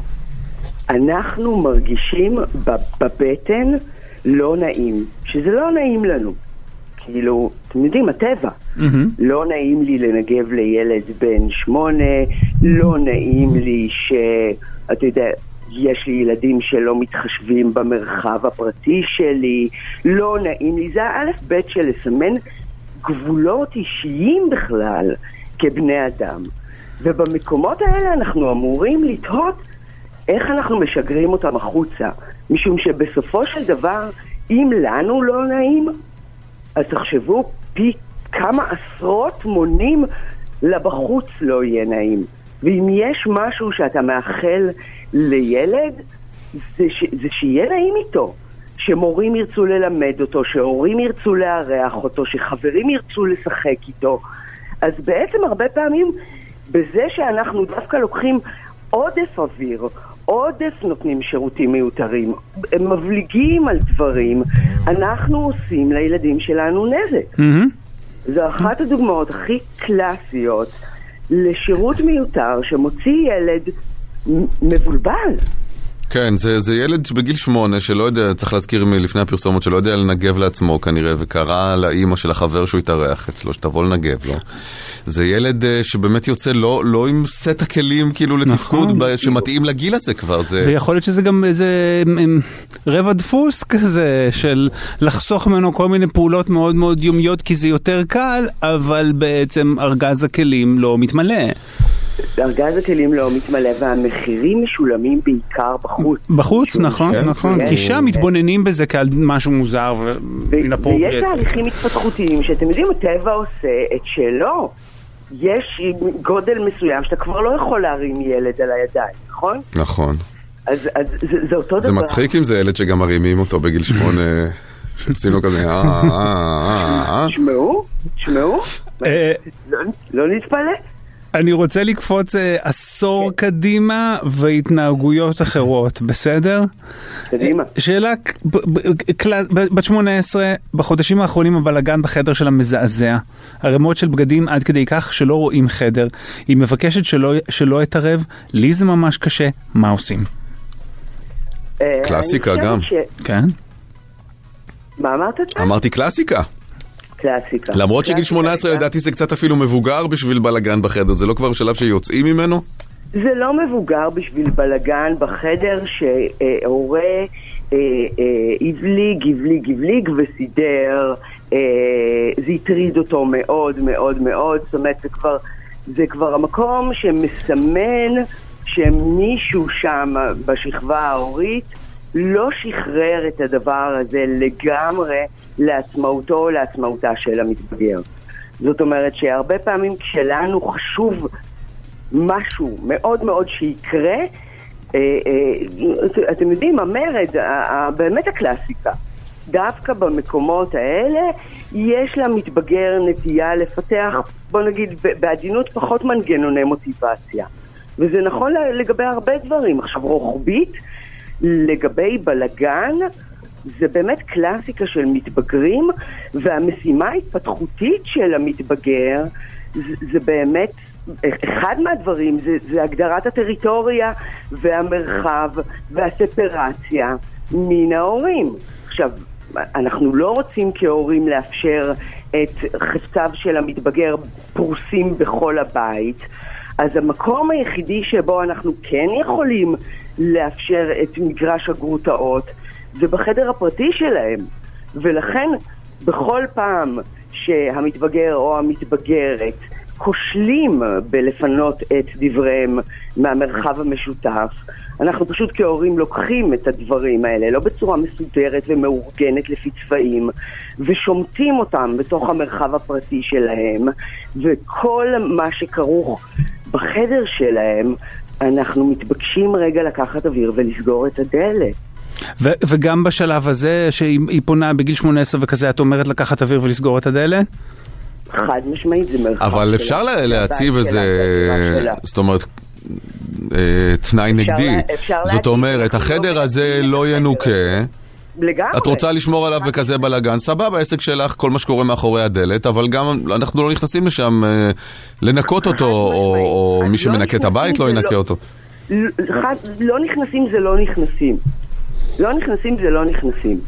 אנחנו מרגישים בבטן לא נעים. שזה לא נעים לנו. כאילו, אתם יודעים, הטבע. Mm-hmm. לא נעים לי לנגב לילד בן שמונה, לא נעים לי ש... אתה יודע, יש לי ילדים שלא מתחשבים במרחב הפרטי שלי, לא נעים לי. זה האלף בית של לסמן גבולות אישיים בכלל כבני אדם. ובמקומות האלה אנחנו אמורים לתהות איך אנחנו משגרים אותם החוצה. משום שבסופו של דבר, אם לנו לא נעים, אז תחשבו פי כמה עשרות מונים לבחוץ לא יהיה נעים. ואם יש משהו שאתה מאחל לילד, זה, ש... זה שיהיה נעים איתו. שמורים ירצו ללמד אותו, שהורים ירצו לארח אותו, שחברים ירצו לשחק איתו. אז בעצם הרבה פעמים, בזה שאנחנו דווקא לוקחים עודף אוויר, עודף נותנים שירותים מיותרים, הם מבליגים על דברים, אנחנו עושים לילדים שלנו נזק. Mm-hmm. זו אחת הדוגמאות הכי קלאסיות לשירות מיותר שמוציא ילד מבולבל. כן, זה, זה ילד בגיל שמונה שלא יודע, צריך להזכיר מלפני הפרסומות, שלא יודע לנגב לעצמו כנראה, וקרא לאמא של החבר שהוא יתארח אצלו, שתבוא לנגב לו. זה ילד שבאמת יוצא לא, לא עם סט הכלים כאילו לתפקוד, נכון. שמתאים לגיל הזה כבר. זה... ויכול להיות שזה גם איזה רבע דפוס כזה, של לחסוך ממנו כל מיני פעולות מאוד מאוד יומיות, כי זה יותר קל, אבל בעצם ארגז הכלים לא מתמלא. ארגז הכלים לא מתמלא, והמחירים משולמים בעיקר בחוץ. בחוץ, נכון, נכון. כי שם מתבוננים בזה כעל משהו מוזר ויש תהליכים התפתחותיים שאתם יודעים, הטבע עושה את שלו. יש גודל מסוים שאתה כבר לא יכול להרים ילד על הידיים, נכון? נכון. אז זה אותו דבר. זה מצחיק אם זה ילד שגם מרימים אותו בגיל שמונה, שעשינו כזה, אה, אה, אה, אה. שמעו, שמעו, לא נתפלא. אני רוצה לקפוץ עשור קדימה והתנהגויות אחרות, בסדר? קדימה. שאלה, בת שמונה עשרה, בחודשים האחרונים הבלגן בחדר שלה מזעזע. הרמות של בגדים עד כדי כך שלא רואים חדר. היא מבקשת שלא יתערב, לי זה ממש קשה, מה עושים? קלאסיקה גם. כן? מה אמרת? אמרתי קלאסיקה. קלאסיקה. למרות שגיל שמונה עשרה לדעתי זה קצת אפילו מבוגר בשביל בלגן בחדר, זה לא כבר שלב שיוצאים ממנו? זה לא מבוגר בשביל בלגן בחדר שהורה הבליג, הבליג, הבליג וסידר, זה הטריד אותו מאוד מאוד מאוד, זאת אומרת זה כבר, זה כבר המקום שמסמן שמישהו שם בשכבה ההורית לא שחרר את הדבר הזה לגמרי לעצמאותו או לעצמאותה של המתבגר. זאת אומרת שהרבה פעמים כשלנו חשוב משהו מאוד מאוד שיקרה, אה, אה, אתם יודעים, המרד, באמת הקלאסיקה, דווקא במקומות האלה יש למתבגר נטייה לפתח, בוא נגיד, בעדינות פחות מנגנוני מוטיבציה. וזה נכון לגבי הרבה דברים. עכשיו רוחבית, לגבי בלגן, זה באמת קלאסיקה של מתבגרים, והמשימה ההתפתחותית של המתבגר, זה, זה באמת, אחד מהדברים, זה, זה הגדרת הטריטוריה והמרחב והספרציה מן ההורים. עכשיו, אנחנו לא רוצים כהורים לאפשר את חפציו של המתבגר פרוסים בכל הבית, אז המקום היחידי שבו אנחנו כן יכולים לאפשר את מגרש הגרוטאות זה בחדר הפרטי שלהם, ולכן בכל פעם שהמתבגר או המתבגרת כושלים בלפנות את דבריהם מהמרחב המשותף, אנחנו פשוט כהורים לוקחים את הדברים האלה, לא בצורה מסודרת ומאורגנת לפי צבעים, ושומטים אותם בתוך המרחב הפרטי שלהם, וכל מה שכרוך בחדר שלהם, אנחנו מתבקשים רגע לקחת אוויר ולסגור את הדלת. ו- וגם בשלב הזה, שהיא פונה בגיל שמונה עשרה וכזה, את אומרת לקחת אוויר ולסגור את הדלת? חד משמעית, זה מרחב. אבל אפשר להציב איזה, זאת אומרת, תנאי נגדי. זאת אומרת, החדר הזה לא ינוקה. לגמרי. את רוצה לשמור עליו בכזה בלגן, סבבה, עסק שלך, כל מה שקורה מאחורי הדלת, אבל גם אנחנו לא נכנסים לשם לנקות אותו, או מי שמנקה את הבית לא ינקה אותו. לא נכנסים זה לא נכנסים. לא נכנסים זה לא נכנסים.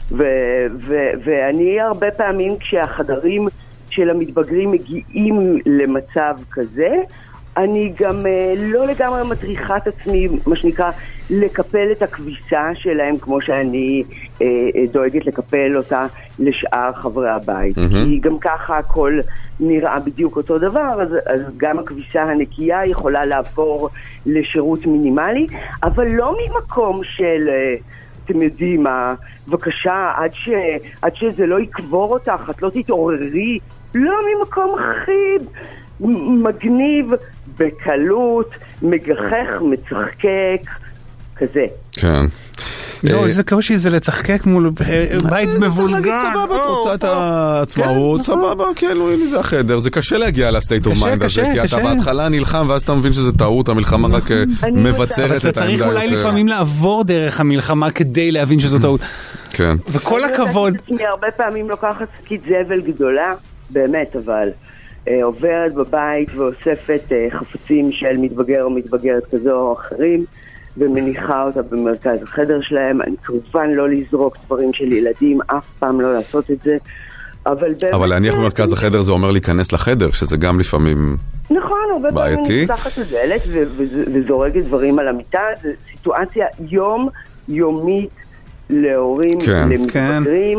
ואני הרבה פעמים כשהחדרים של המתבגרים מגיעים למצב כזה, אני גם לא לגמרי מטריחה את עצמי, מה שנקרא, לקפל את הכביסה שלהם כמו שאני אה, דואגת לקפל אותה לשאר חברי הבית. Mm-hmm. כי גם ככה הכל נראה בדיוק אותו דבר, אז, אז גם הכביסה הנקייה יכולה לעבור לשירות מינימלי, אבל לא ממקום של, אה, אתם יודעים מה, בבקשה, עד, ש, עד שזה לא יקבור אותך, את לא תתעוררי, לא ממקום הכי מגניב, בקלות, מגחך, מצחקק, כזה. כן. לא, איזה קושי זה לצחקק מול בית מבולגן. סבבה, את רוצה את העצמאות, סבבה, כן, הנה זה החדר. זה קשה להגיע לסטייט אוף מיינד הזה, כי אתה בהתחלה נלחם, ואז אתה מבין שזה טעות, המלחמה רק מבצרת את העמדה. אתה צריך אולי לפעמים לעבור דרך המלחמה כדי להבין שזו טעות. כן. וכל הכבוד. אני הרבה פעמים לוקחת שקית זבל גדולה, באמת, אבל עוברת בבית ואוספת חפצים של מתבגר או מתבגרת כזו או אחרים, ומניחה אותה במרכז החדר שלהם. אני כמובן לא לזרוק דברים של ילדים, אף פעם לא לעשות את זה, אבל אבל להניח במרכז החדר זה אומר להיכנס לחדר, שזה גם לפעמים נכון, הרבה פעמים נפתחת הדלת וזורקת דברים על המיטה. זו סיטואציה יום יומית להורים, למתבגרים.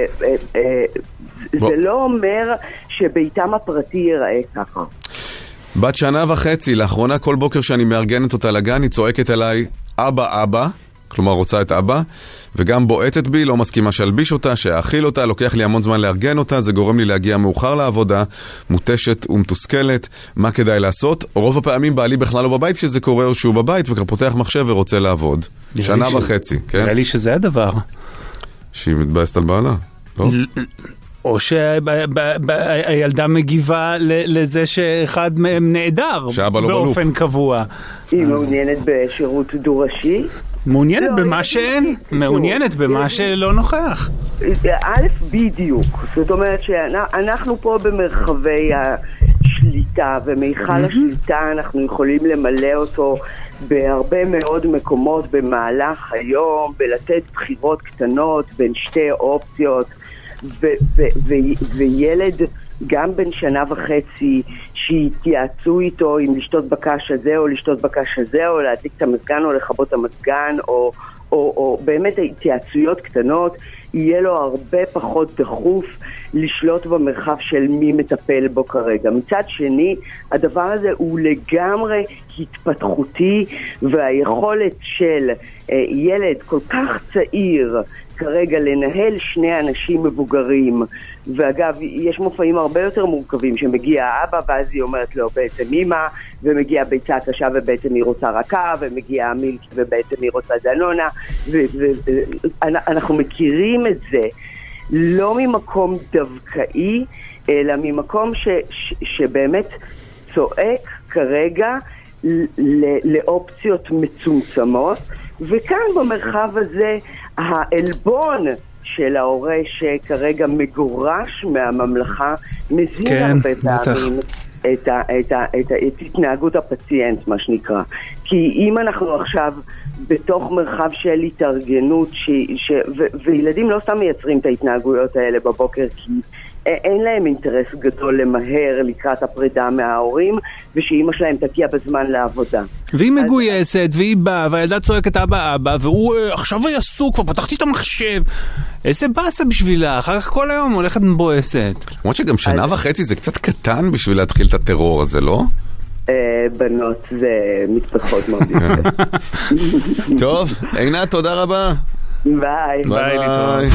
זה לא אומר שביתם הפרטי ייראה ככה. בת שנה וחצי, לאחרונה כל בוקר שאני מארגנת אותה לגן, היא צועקת אליי, אבא, אבא, כלומר רוצה את אבא, וגם בועטת בי, לא מסכימה שלביש אותה, שאכיל אותה, לוקח לי המון זמן לארגן אותה, זה גורם לי להגיע מאוחר לעבודה, מותשת ומתוסכלת, מה כדאי לעשות? רוב הפעמים בעלי בכלל לא בבית שזה קורה, או שהוא בבית וכבר פותח מחשב ורוצה לעבוד. שנה וחצי, כן? נראה לי שזה הדבר. שהיא מתבאסת על בעלה, לא? או שהילדה מגיבה לזה שאחד מהם נעדר באופן קבוע. היא מעוניינת בשירות דו-ראשי? מעוניינת במה שאין, מעוניינת במה שלא נוכח. א', בדיוק. זאת אומרת שאנחנו פה במרחבי השליטה, ומיכל השליטה אנחנו יכולים למלא אותו בהרבה מאוד מקומות במהלך היום, בלתת בחירות קטנות בין שתי אופציות, ו- ו- ו- וילד גם בן שנה וחצי שיתייעצו איתו אם לשתות בקש הזה או לשתות בקש הזה או להדליק את המזגן או לכבות את המזגן או, או, או באמת התייעצויות קטנות, יהיה לו הרבה פחות דחוף לשלוט במרחב של מי מטפל בו כרגע. מצד שני, הדבר הזה הוא לגמרי התפתחותי, והיכולת של אה, ילד כל כך צעיר כרגע לנהל שני אנשים מבוגרים, ואגב יש מופעים הרבה יותר מורכבים שמגיע האבא ואז היא אומרת לו בעצם אמא, ומגיע ביצה קשה ובעצם היא רוצה רכה, ומגיע מילקי ובעצם היא רוצה דנונה, ואנחנו מכירים את זה לא ממקום דווקאי אלא ממקום ש, ש, שבאמת צועק כרגע לאופציות מצומצמות, וכאן במרחב הזה העלבון של ההורה שכרגע מגורש מהממלכה מזין כן, הרבה פעמים את, ה, את, ה, את, ה, את התנהגות הפציינט, מה שנקרא. כי אם אנחנו עכשיו בתוך מרחב של התארגנות ש, ש, ו, וילדים לא סתם מייצרים את ההתנהגויות האלה בבוקר כי אין להם אינטרס גדול למהר לקראת הפרידה מההורים, ושאימא שלהם תגיע בזמן לעבודה. והיא מגויסת, והיא באה, והילדה צועקת אבא אבא, והוא עכשיו היא עסוק, כבר פתחתי את המחשב. איזה באסה בשבילה, אחר כך כל היום הולכת מבועסת. למרות שגם שנה וחצי זה קצת קטן בשביל להתחיל את הטרור הזה, לא? בנות זה מתפתחות מאוד. טוב, עינת, תודה רבה. ביי. ביי, ביי.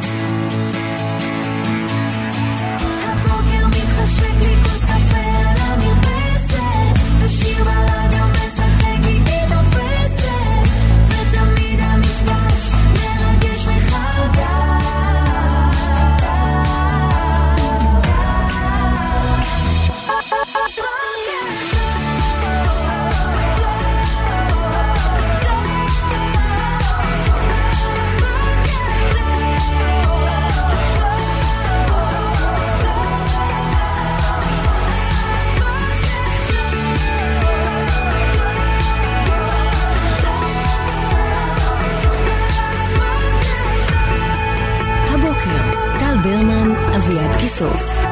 ברמן, אביעד קיסוס.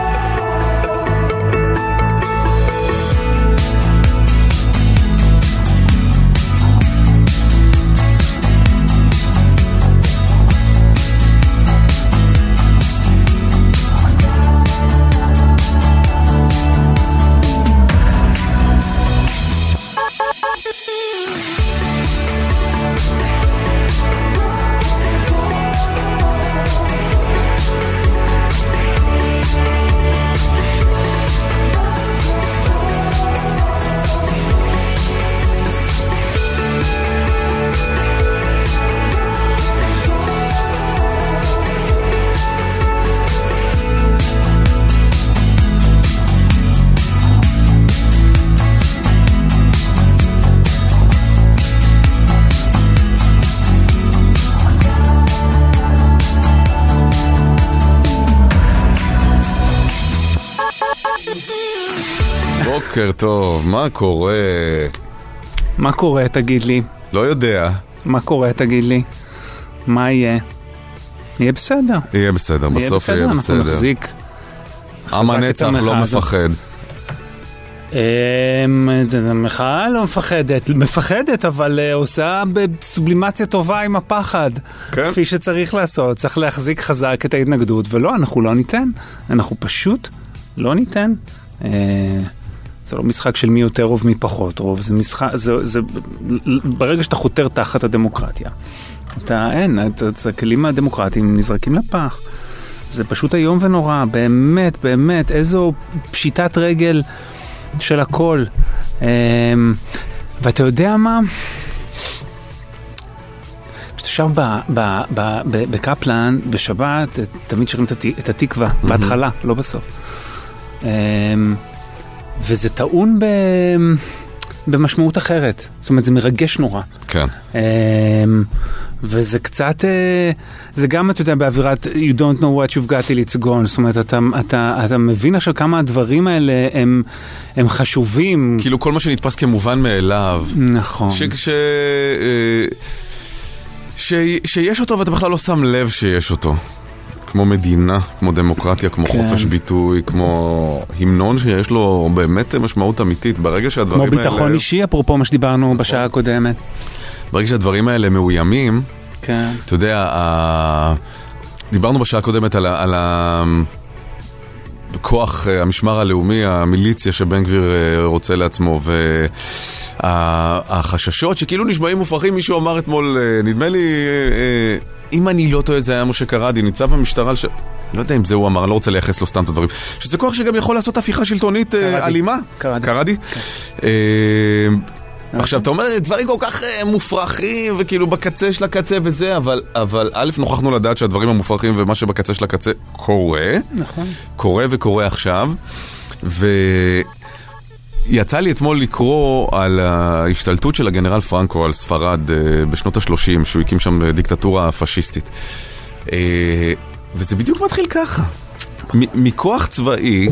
בוקר טוב, מה קורה? מה קורה, תגיד לי? לא יודע. מה קורה, תגיד לי? מה יהיה? יהיה בסדר. יהיה בסדר, בסוף יהיה בסדר. אנחנו נחזיק. עם הנצח לא מפחד. המחאה לא מפחדת, מפחדת אבל עושה בסובלימציה טובה עם הפחד, כפי שצריך לעשות. צריך להחזיק חזק את ההתנגדות, ולא, אנחנו לא ניתן, אנחנו פשוט לא ניתן. זה לא משחק של מי יותר רוב, מי פחות רוב, זה משחק, זה, זה, ברגע שאתה חותר תחת הדמוקרטיה, אתה, אין, הכלים הדמוקרטיים נזרקים לפח. זה פשוט היום ונורא, באמת, באמת, איזו פשיטת רגל של הכל. ואתה יודע מה? כשאתה שם בקפלן, בשבת, תמיד שרים את התקווה, בהתחלה, לא בסוף. וזה טעון במשמעות אחרת. זאת אומרת, זה מרגש נורא. כן. וזה קצת, זה גם, אתה יודע, באווירת you don't know what you've got till it's gone. זאת אומרת, אתה, אתה, אתה מבין עכשיו כמה הדברים האלה הם, הם חשובים. כאילו כל מה שנתפס כמובן מאליו. נכון. ש, ש, ש, שיש אותו ואתה בכלל לא שם לב שיש אותו. כמו מדינה, כמו דמוקרטיה, כמו כן. חופש ביטוי, כמו המנון שיש לו באמת משמעות אמיתית. ברגע שהדברים האלה... כמו ביטחון האלה... אישי, אפרופו מה שדיברנו נכון. בשעה הקודמת. ברגע שהדברים האלה מאוימים, כן. אתה יודע, ה... דיברנו בשעה הקודמת על, ה... על ה... כוח המשמר הלאומי, המיליציה שבן גביר רוצה לעצמו, והחששות שכאילו נשמעים מופרכים, מישהו אמר אתמול, נדמה לי, אם אני לא טועה, זה היה משה קרדי, ניצב המשטרה, ש... לא יודע אם זה הוא אמר, אני לא רוצה לייחס לו סתם את הדברים, שזה כוח שגם יכול לעשות הפיכה שלטונית קרדי. אלימה. קרדי. קרדי? כן. עכשיו, אתה אומר, דברים כל כך מופרכים, וכאילו בקצה של הקצה וזה, אבל, אבל א', נוכחנו לדעת שהדברים המופרכים ומה שבקצה של הקצה קורה. נכון. קורה וקורה עכשיו. ויצא לי אתמול לקרוא על ההשתלטות של הגנרל פרנקו על ספרד בשנות ה-שלושים, שהוא הקים שם דיקטטורה פשיסטית. וזה בדיוק מתחיל ככה. מכוח צבאי,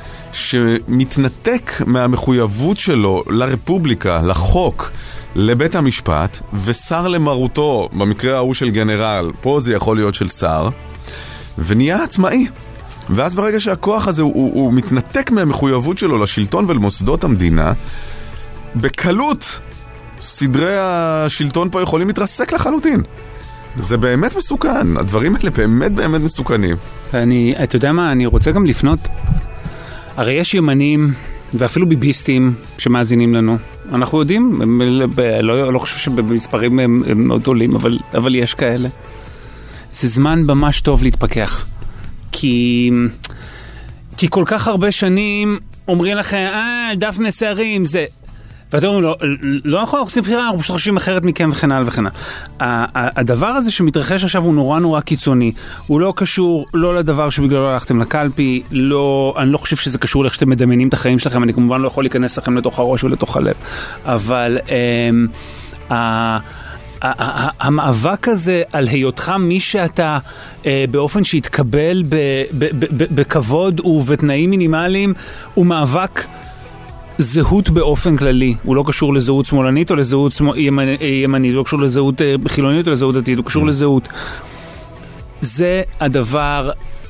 שמתנתק מהמחויבות שלו לרפובליקה, לחוק, לבית המשפט, ושר למרותו, במקרה ההוא של גנרל, פה זה יכול להיות של שר, ונהיה עצמאי. ואז ברגע שהכוח הזה הוא, הוא, הוא מתנתק מהמחויבות שלו לשלטון ולמוסדות המדינה, בקלות סדרי השלטון פה יכולים להתרסק לחלוטין. זה באמת מסוכן, הדברים האלה באמת באמת מסוכנים. ואני, אתה יודע מה, אני רוצה גם לפנות... הרי יש ימנים ואפילו ביביסטים שמאזינים לנו. אנחנו יודעים, לא, לא חושב שבמספרים הם, הם מאוד עולים, אבל, אבל יש כאלה. זה זמן ממש טוב להתפכח. כי, כי כל כך הרבה שנים אומרים לכם, אה, דף מסרים, זה... ואתם אומרים, לא, לא נכון, אנחנו עושים בחירה, אנחנו פשוט חושבים אחרת מכם וכן הלאה וכן הלאה. הדבר הזה שמתרחש עכשיו הוא נורא נורא קיצוני. הוא לא קשור, לא לדבר שבגללו הלכתם לקלפי, לא, אני לא חושב שזה קשור לאיך שאתם מדמיינים את החיים שלכם, אני כמובן לא יכול להיכנס לכם לתוך הראש ולתוך הלב. אבל אה, המאבק הזה על היותך מי שאתה באופן שהתקבל בכבוד ובתנאים מינימליים, הוא מאבק זהות באופן כללי. הוא לא קשור לזהות שמאלנית או לזהות ימנית, הוא לא קשור לזהות חילונית או לזהות דתית, הוא קשור לזהות. זה הדבר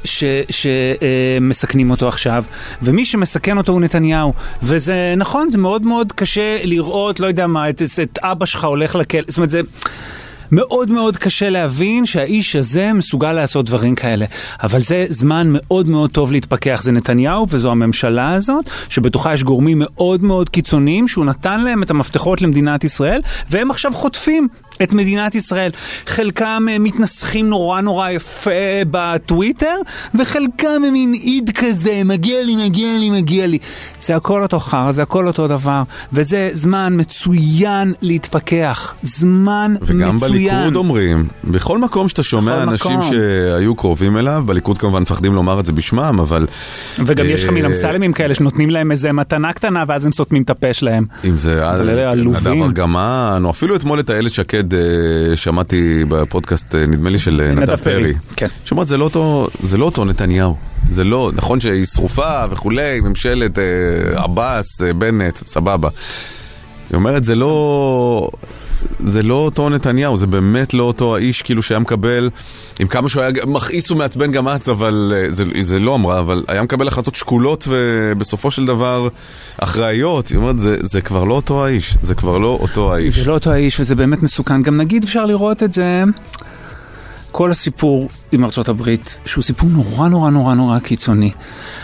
שמסכנים אותו עכשיו, ומי שמסכן אותו הוא נתניהו, וזה נכון, זה מאוד מאוד קשה לראות, לא יודע מה, את, את אבא שלך הולך לכלא, זאת אומרת, זה מאוד מאוד קשה להבין שהאיש הזה מסוגל לעשות דברים כאלה, אבל זה זמן מאוד מאוד טוב להתפכח. זה נתניהו וזו הממשלה הזאת, שבתוכה יש גורמים מאוד מאוד קיצוניים, שהוא נתן להם את המפתחות למדינת ישראל, והם עכשיו חוטפים את מדינת ישראל. חלקם מתנסחים נורא נורא יפה בטוויטר, וחלקם הם מין עיד כזה, מגיע לי, מגיע לי, מגיע לי. זה הכל אותו חר, זה הכל אותו דבר, וזה זמן מצוין להתפכח. זמן וגם מצוין. וגם בליכוד אומרים, בכל מקום שאתה שומע אנשים מקום. שהיו קרובים אליו, בליכוד כמובן מפחדים לומר את זה בשמם, אבל... וגם יש לך מן אמסלמים כאלה שנותנים להם איזה מתנה קטנה, ואז הם סותמים את הפה שלהם. אם זה נדב ארגמן, או אפילו אתמול את הילד שקד שמעתי בפודקאסט, נדמה לי של נדב פרי. שאומרת, זה לא אותו, זה לא אותו נתניהו. זה לא, נכון שהיא שרופה וכולי, ממשלת עבאס, בנט, סבבה. היא אומרת, זה לא... זה לא אותו נתניהו, זה באמת לא אותו האיש כאילו שהיה מקבל, עם כמה שהוא היה מכעיס ומעצבן גם אז, אבל זה, זה לא אמרה, אבל היה מקבל החלטות שקולות ובסופו של דבר אחראיות. היא אומרת, זה, זה כבר לא אותו האיש, זה כבר לא אותו האיש. זה לא אותו האיש וזה באמת מסוכן. גם נגיד אפשר לראות את זה, כל הסיפור עם ארצות הברית, שהוא סיפור נורא נורא נורא נורא קיצוני.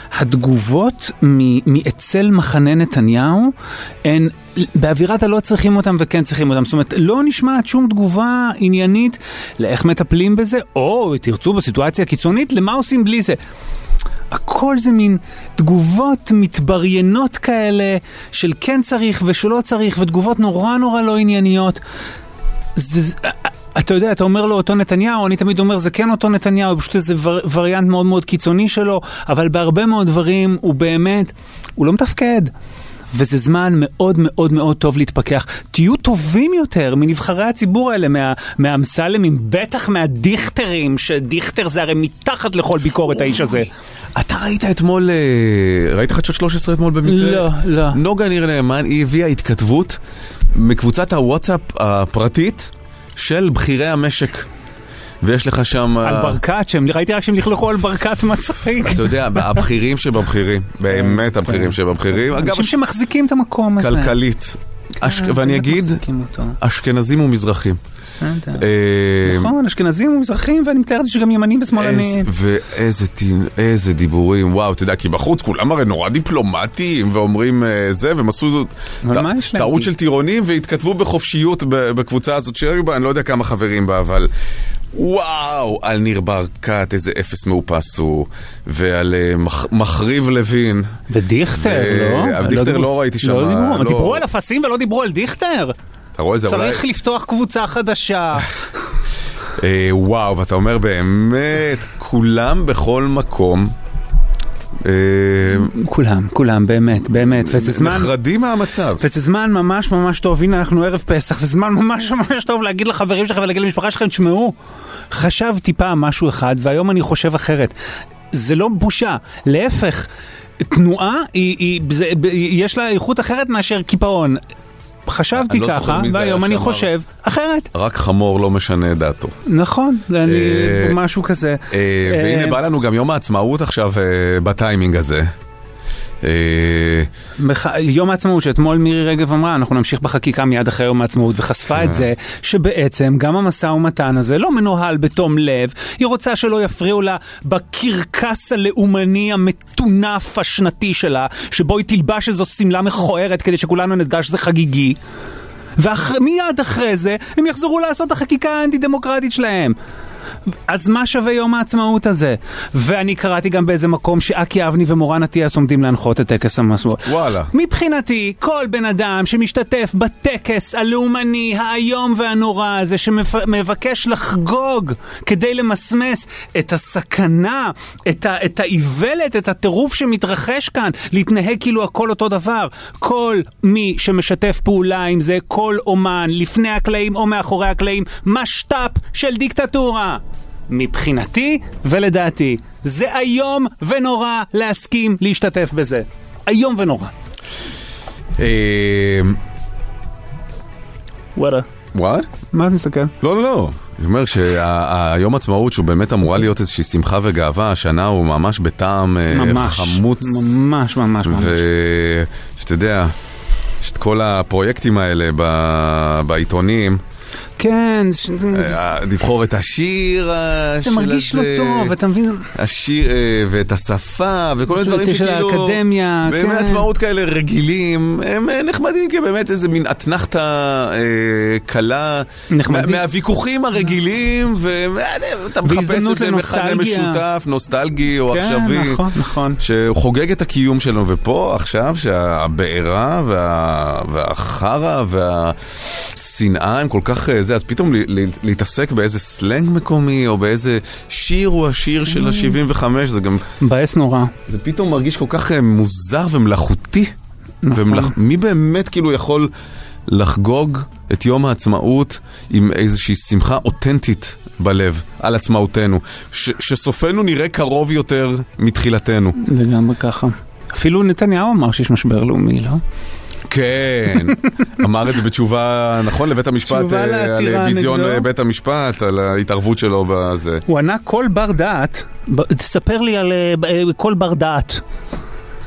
התגובות מאצל מחנה נתניהו הן באווירת הלא צריכים אותם וכן צריכים אותם. זאת אומרת, לא נשמעת שום תגובה עניינית לאיך מטפלים בזה, או תרצו בסיטואציה הקיצונית, למה עושים בלי זה. הכל זה מין תגובות מתבריינות כאלה של כן צריך ושלא צריך, ותגובות נורא נורא לא ענייניות. זה, אתה יודע, אתה אומר לו אותו נתניהו, אני תמיד אומר זה כן אותו נתניהו, פשוט איזה ור, וריאנט מאוד מאוד קיצוני שלו, אבל בהרבה מאוד דברים הוא באמת, הוא לא מתפקד. וזה זמן מאוד מאוד מאוד טוב להתפכח. תהיו טובים יותר מנבחרי הציבור האלה, מה, מהאמסלמים, בטח מהדיכטרים, שדיכטר זה הרי מתחת לכל ביקורת האיש הזה. אתה ראית אתמול, ראית חדשות שלוש עשרה אתמול במקרה? לא, לא. נוגה ניר נאמן, היא הביאה התכתבות מקבוצת הוואטסאפ הפרטית של בכירי המשק. ויש לך שם... על ברקת, שהם, ראיתי רק שהם לכלכו על ברקת מצחיק. אתה יודע, הבכירים שבבכירים, באמת הבכירים שבבכירים. אנשים שמחזיקים את המקום הזה. כלכלית. ואני אגיד, אשכנזים ומזרחים. בסדר. נכון, אשכנזים ומזרחים, ואני מתארת שגם ימנים ושמאלנים. ואיזה דיבורים, וואו, אתה יודע, כי בחוץ כולם הרי נורא דיפלומטיים, ואומרים זה, והם עשו טעות של טירונים, והתכתבו בחופשיות בקבוצה הזאת שהיו בה, אני לא יודע כמה חברים בה, אבל... וואו, על ניר ברקת, איזה אפס מאופס הוא, ועל מחריב לוין. ודיכטר, לא? דיכטר לא ראיתי שם. לא דיברו, דיברו על אפסים ולא דיברו על דיכטר. צריך לפתוח קבוצה חדשה. וואו, ואתה אומר באמת, כולם בכל מקום. כולם, כולם, באמת, באמת. וזה זמן... נחרדים מהמצב. וזה זמן ממש ממש טוב. הנה, אנחנו ערב פסח. זה זמן ממש ממש טוב להגיד לחברים שלכם ולהגיד למשפחה שלכם, תשמעו, חשבתי פעם משהו אחד, והיום אני חושב אחרת. זה לא בושה. להפך, תנועה, היא, היא, זה, יש לה איכות אחרת מאשר קיפאון. חשבתי ככה, והיום אני חושב אחרת. רק חמור לא משנה דעתו. נכון, אני משהו כזה. והנה בא לנו גם יום העצמאות עכשיו בטיימינג הזה. יום העצמאות שאתמול מירי רגב אמרה, אנחנו נמשיך בחקיקה מיד אחרי יום העצמאות, וחשפה את זה שבעצם גם המשא ומתן הזה לא מנוהל בתום לב. היא רוצה שלא יפריעו לה בקרקס הלאומני המטונף השנתי שלה, שבו היא תלבש איזו סמלה מכוערת כדי שכולנו נדע שזה חגיגי, ומיד אחרי זה הם יחזרו לעשות החקיקה האנטי-דמוקרטית שלהם. אז מה שווה יום העצמאות הזה? ואני קראתי גם באיזה מקום שאקי אבני ומורן אטיאס עומדים להנחות את טקס המשואות. וואלה. מבחינתי, כל בן אדם שמשתתף בטקס הלאומני, האיום והנורא הזה, שמבקש לחגוג כדי למסמס את הסכנה, את, ה- את האיוולת, את הטירוף שמתרחש כאן, להתנהג כאילו הכל אותו דבר. כל מי שמשתף פעולה עם זה, כל אומן, לפני הקלעים או מאחורי הקלעים, משטאפ של דיקטטורה. מבחינתי ולדעתי זה היום ונורא להסכים להשתתף בזה. היום ונורא. וואלה. וואט? מה אתה מסתכל? לא, לא, לא. אני אומר שהיום עצמאות שהוא באמת אמורה להיות איזושהי שמחה וגאווה, השנה הוא ממש בטעם חמוץ. ממש, ממש, ממש. ושאתה יודע, יש את כל הפרויקטים האלה בעיתונים. כן, לבחור את השיר זה מרגיש לא טוב, אתה מבין? השיר ואת השפה וכל הדברים שכאילו האקדמיה, באמת עצמאות כאלה רגילים, הם נחמדים כי באמת איזה מין אתנחתה קלה מהוויכוחים הרגילים, ואתה מחפש איזה מכנה משותף, נוסטלגי או עכשווי, שחוגג את הקיום שלנו. ופה עכשיו שהבעירה והחרה והשנאה הם כל כך זה, אז פתאום להתעסק באיזה סלנג מקומי, או באיזה שיר הוא השיר של ה-שבעים וחמש, זה גם... בעס נורא. זה פתאום מרגיש כל כך מוזר ומלאכותי. מי באמת כאילו יכול לחגוג את יום העצמאות עם איזושהי שמחה אותנטית בלב על עצמאותנו, שסופנו נראה קרוב יותר מתחילתנו. לגמרי ככה. אפילו נתניהו אמר שיש משבר לאומי, לא? כן, אמר את זה בתשובה, נכון, לבית המשפט, על ביזיון בית המשפט, על ההתערבות שלו בזה. הוא ענה כל בר דעת, תספר לי על כל בר דעת.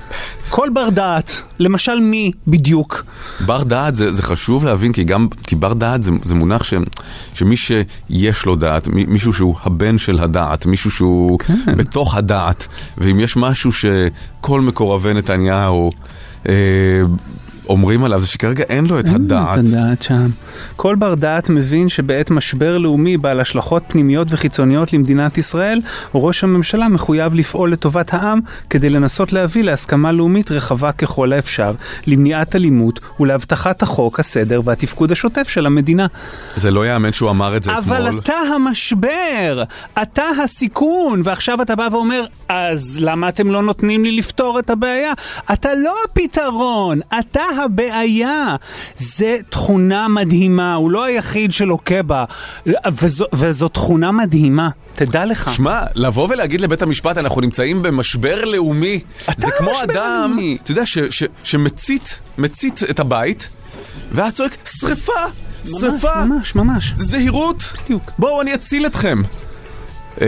כל בר דעת, למשל מי בדיוק? בר דעת זה, זה חשוב להבין, כי גם, כי בר דעת זה, זה מונח ש, שמי שיש לו דעת, מישהו שהוא הבן של הדעת, מישהו שהוא כן. בתוך הדעת, ואם יש משהו שכל מקורבי נתניהו אה, אומרים עליו, זה שכרגע אין לו את אין הדעת. את הדעת שם. כל בר דעת מבין שבעת משבר לאומי בעל השלכות פנימיות וחיצוניות למדינת ישראל, ראש הממשלה מחויב לפעול לטובת העם כדי לנסות להביא להסכמה לאומית רחבה ככל האפשר, למניעת אלימות ולהבטחת החוק, הסדר והתפקוד השוטף של המדינה. זה לא יאמן שהוא אמר את זה אבל אתמול. אבל אתה המשבר, אתה הסיכון, ועכשיו אתה בא ואומר, אז למה אתם לא נותנים לי לפתור את הבעיה? אתה לא הפתרון, אתה הבעיה. זה תכונה מדהימה, הוא לא היחיד שלוקה בה, וזו, וזו תכונה מדהימה, תדע לך. שמע, לבוא ולהגיד לבית המשפט, אנחנו נמצאים במשבר לאומי, זה כמו אדם, לאומי. אתה יודע, ש, ש, שמצית, מצית את הבית, ואז צועק, שריפה, שריפה. ממש, ממש. זה זהירות. בדיוק. בואו, אני אציל אתכם. אה,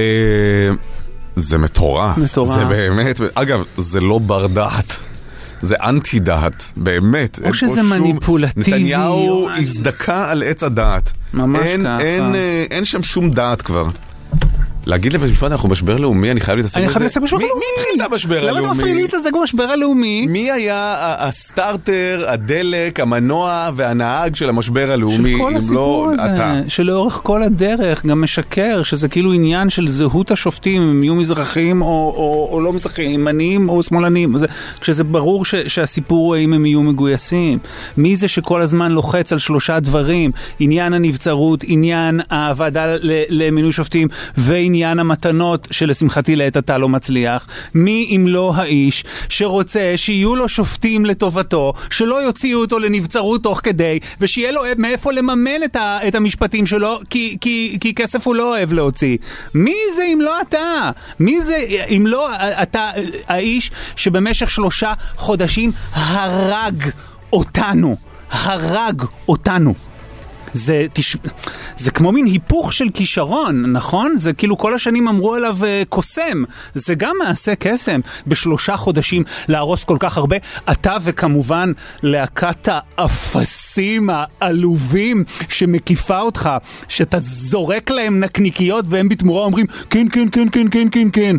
זה מטורף. מטורף. זה באמת, אגב, זה לא בר דעת. זה אנטי דעת, באמת. או שזה מניפולטיבי. נתניהו הזדקה על עץ הדעת. ממש אין, ככה. אין, אין, אין שם שום דעת כבר. להגיד לבית משפט, אנחנו משבר לאומי, אני חייב להתעסק בזה. אני חייב להתעסק במשבר לאומי. לאומי. מי התחיל את המשבר הלאומי? למה אתה מפריע לי להתעסק במשבר הלאומי? מי היה הסטארטר, הדלק, המנוע והנהג של המשבר הלאומי? של כל הסיפור הזה, שלאורך כל הדרך גם משקר, שזה כאילו עניין של זהות השופטים, אם יהיו מזרחים או, או, או לא מזרחים, ימניים או שמאלנים, זה, כשזה ברור ש, שהסיפור הוא אם הם יהיו מגויסים. מי זה שכל הזמן לוחץ על שלושה דברים? עניין הנבצרות, עניין הוועדה למינוי שופטים, ועניין המתנות שלשמחתי לעת אתה לא מצליח. מי אם לא האיש שרוצה שיהיו לו שופטים לטובתו, שלא יוציאו אותו לנבצרות תוך כדי, ושיהיה לו מאיפה לממן את, ה, את המשפטים שלו, כי, כי, כי כסף הוא לא אוהב להוציא. מי זה אם לא אתה? מי זה אם לא אתה, האיש שבמשך שלושה חודשים הרג אותנו? הרג אותנו. זה, תש... זה כמו מין היפוך של כישרון, נכון? זה כאילו כל השנים אמרו עליו uh, קוסם. זה גם מעשה קסם. בשלושה חודשים להרוס כל כך הרבה. אתה וכמובן להקת האפסים העלובים שמקיפה אותך, שאתה זורק להם נקניקיות והם בתמורה אומרים כן, כן, כן, כן, כן, כן, כן.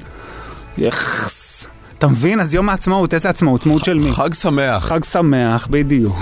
יחס. אתה מבין? אז יום העצמאות, איזה עצמאות? עצמאות של מי? חג שמח. חג שמח, בדיוק.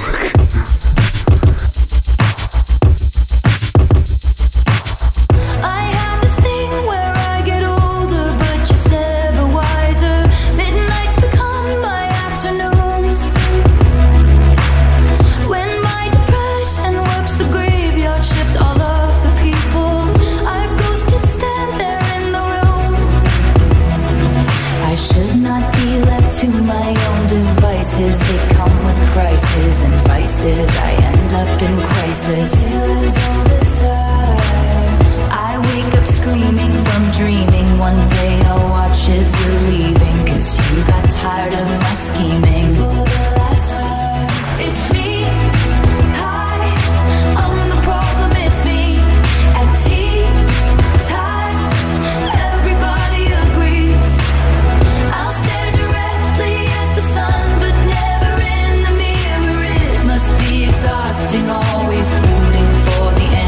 They come with prices and vices. I end up in crisis. All this time I wake up screaming from dreaming. One day I'll watch as you're leaving, 'cause you got tired of my scheming. For the last time, it's me. Hi, I'm the problem, it's me. At tea time, everybody agrees. I'll stare directly at the sun, but never in the mirror. It must be exhausting, always rooting for the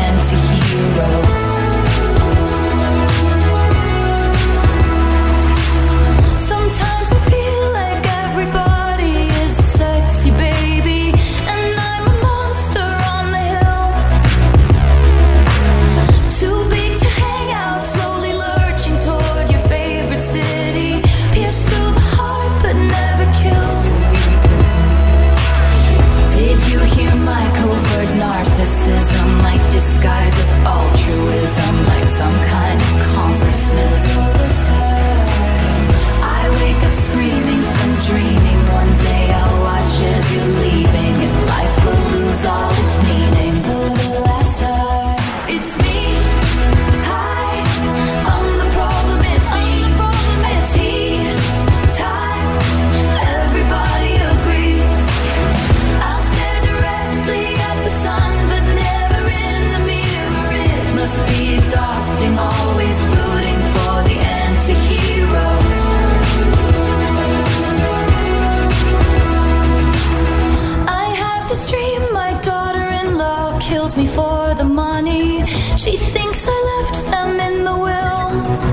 She thinks I left them in the will.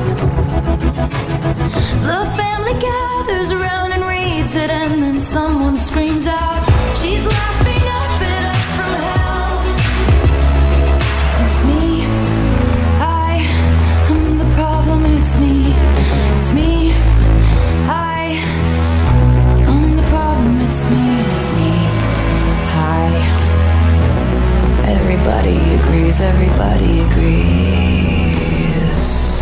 The family gathers around and reads it, and then someone screams out, she's laughing up at us from hell. It's me, I am the problem, it's me, it's me, I am the problem, it's me, it's me, I. Everybody agrees, everybody agrees.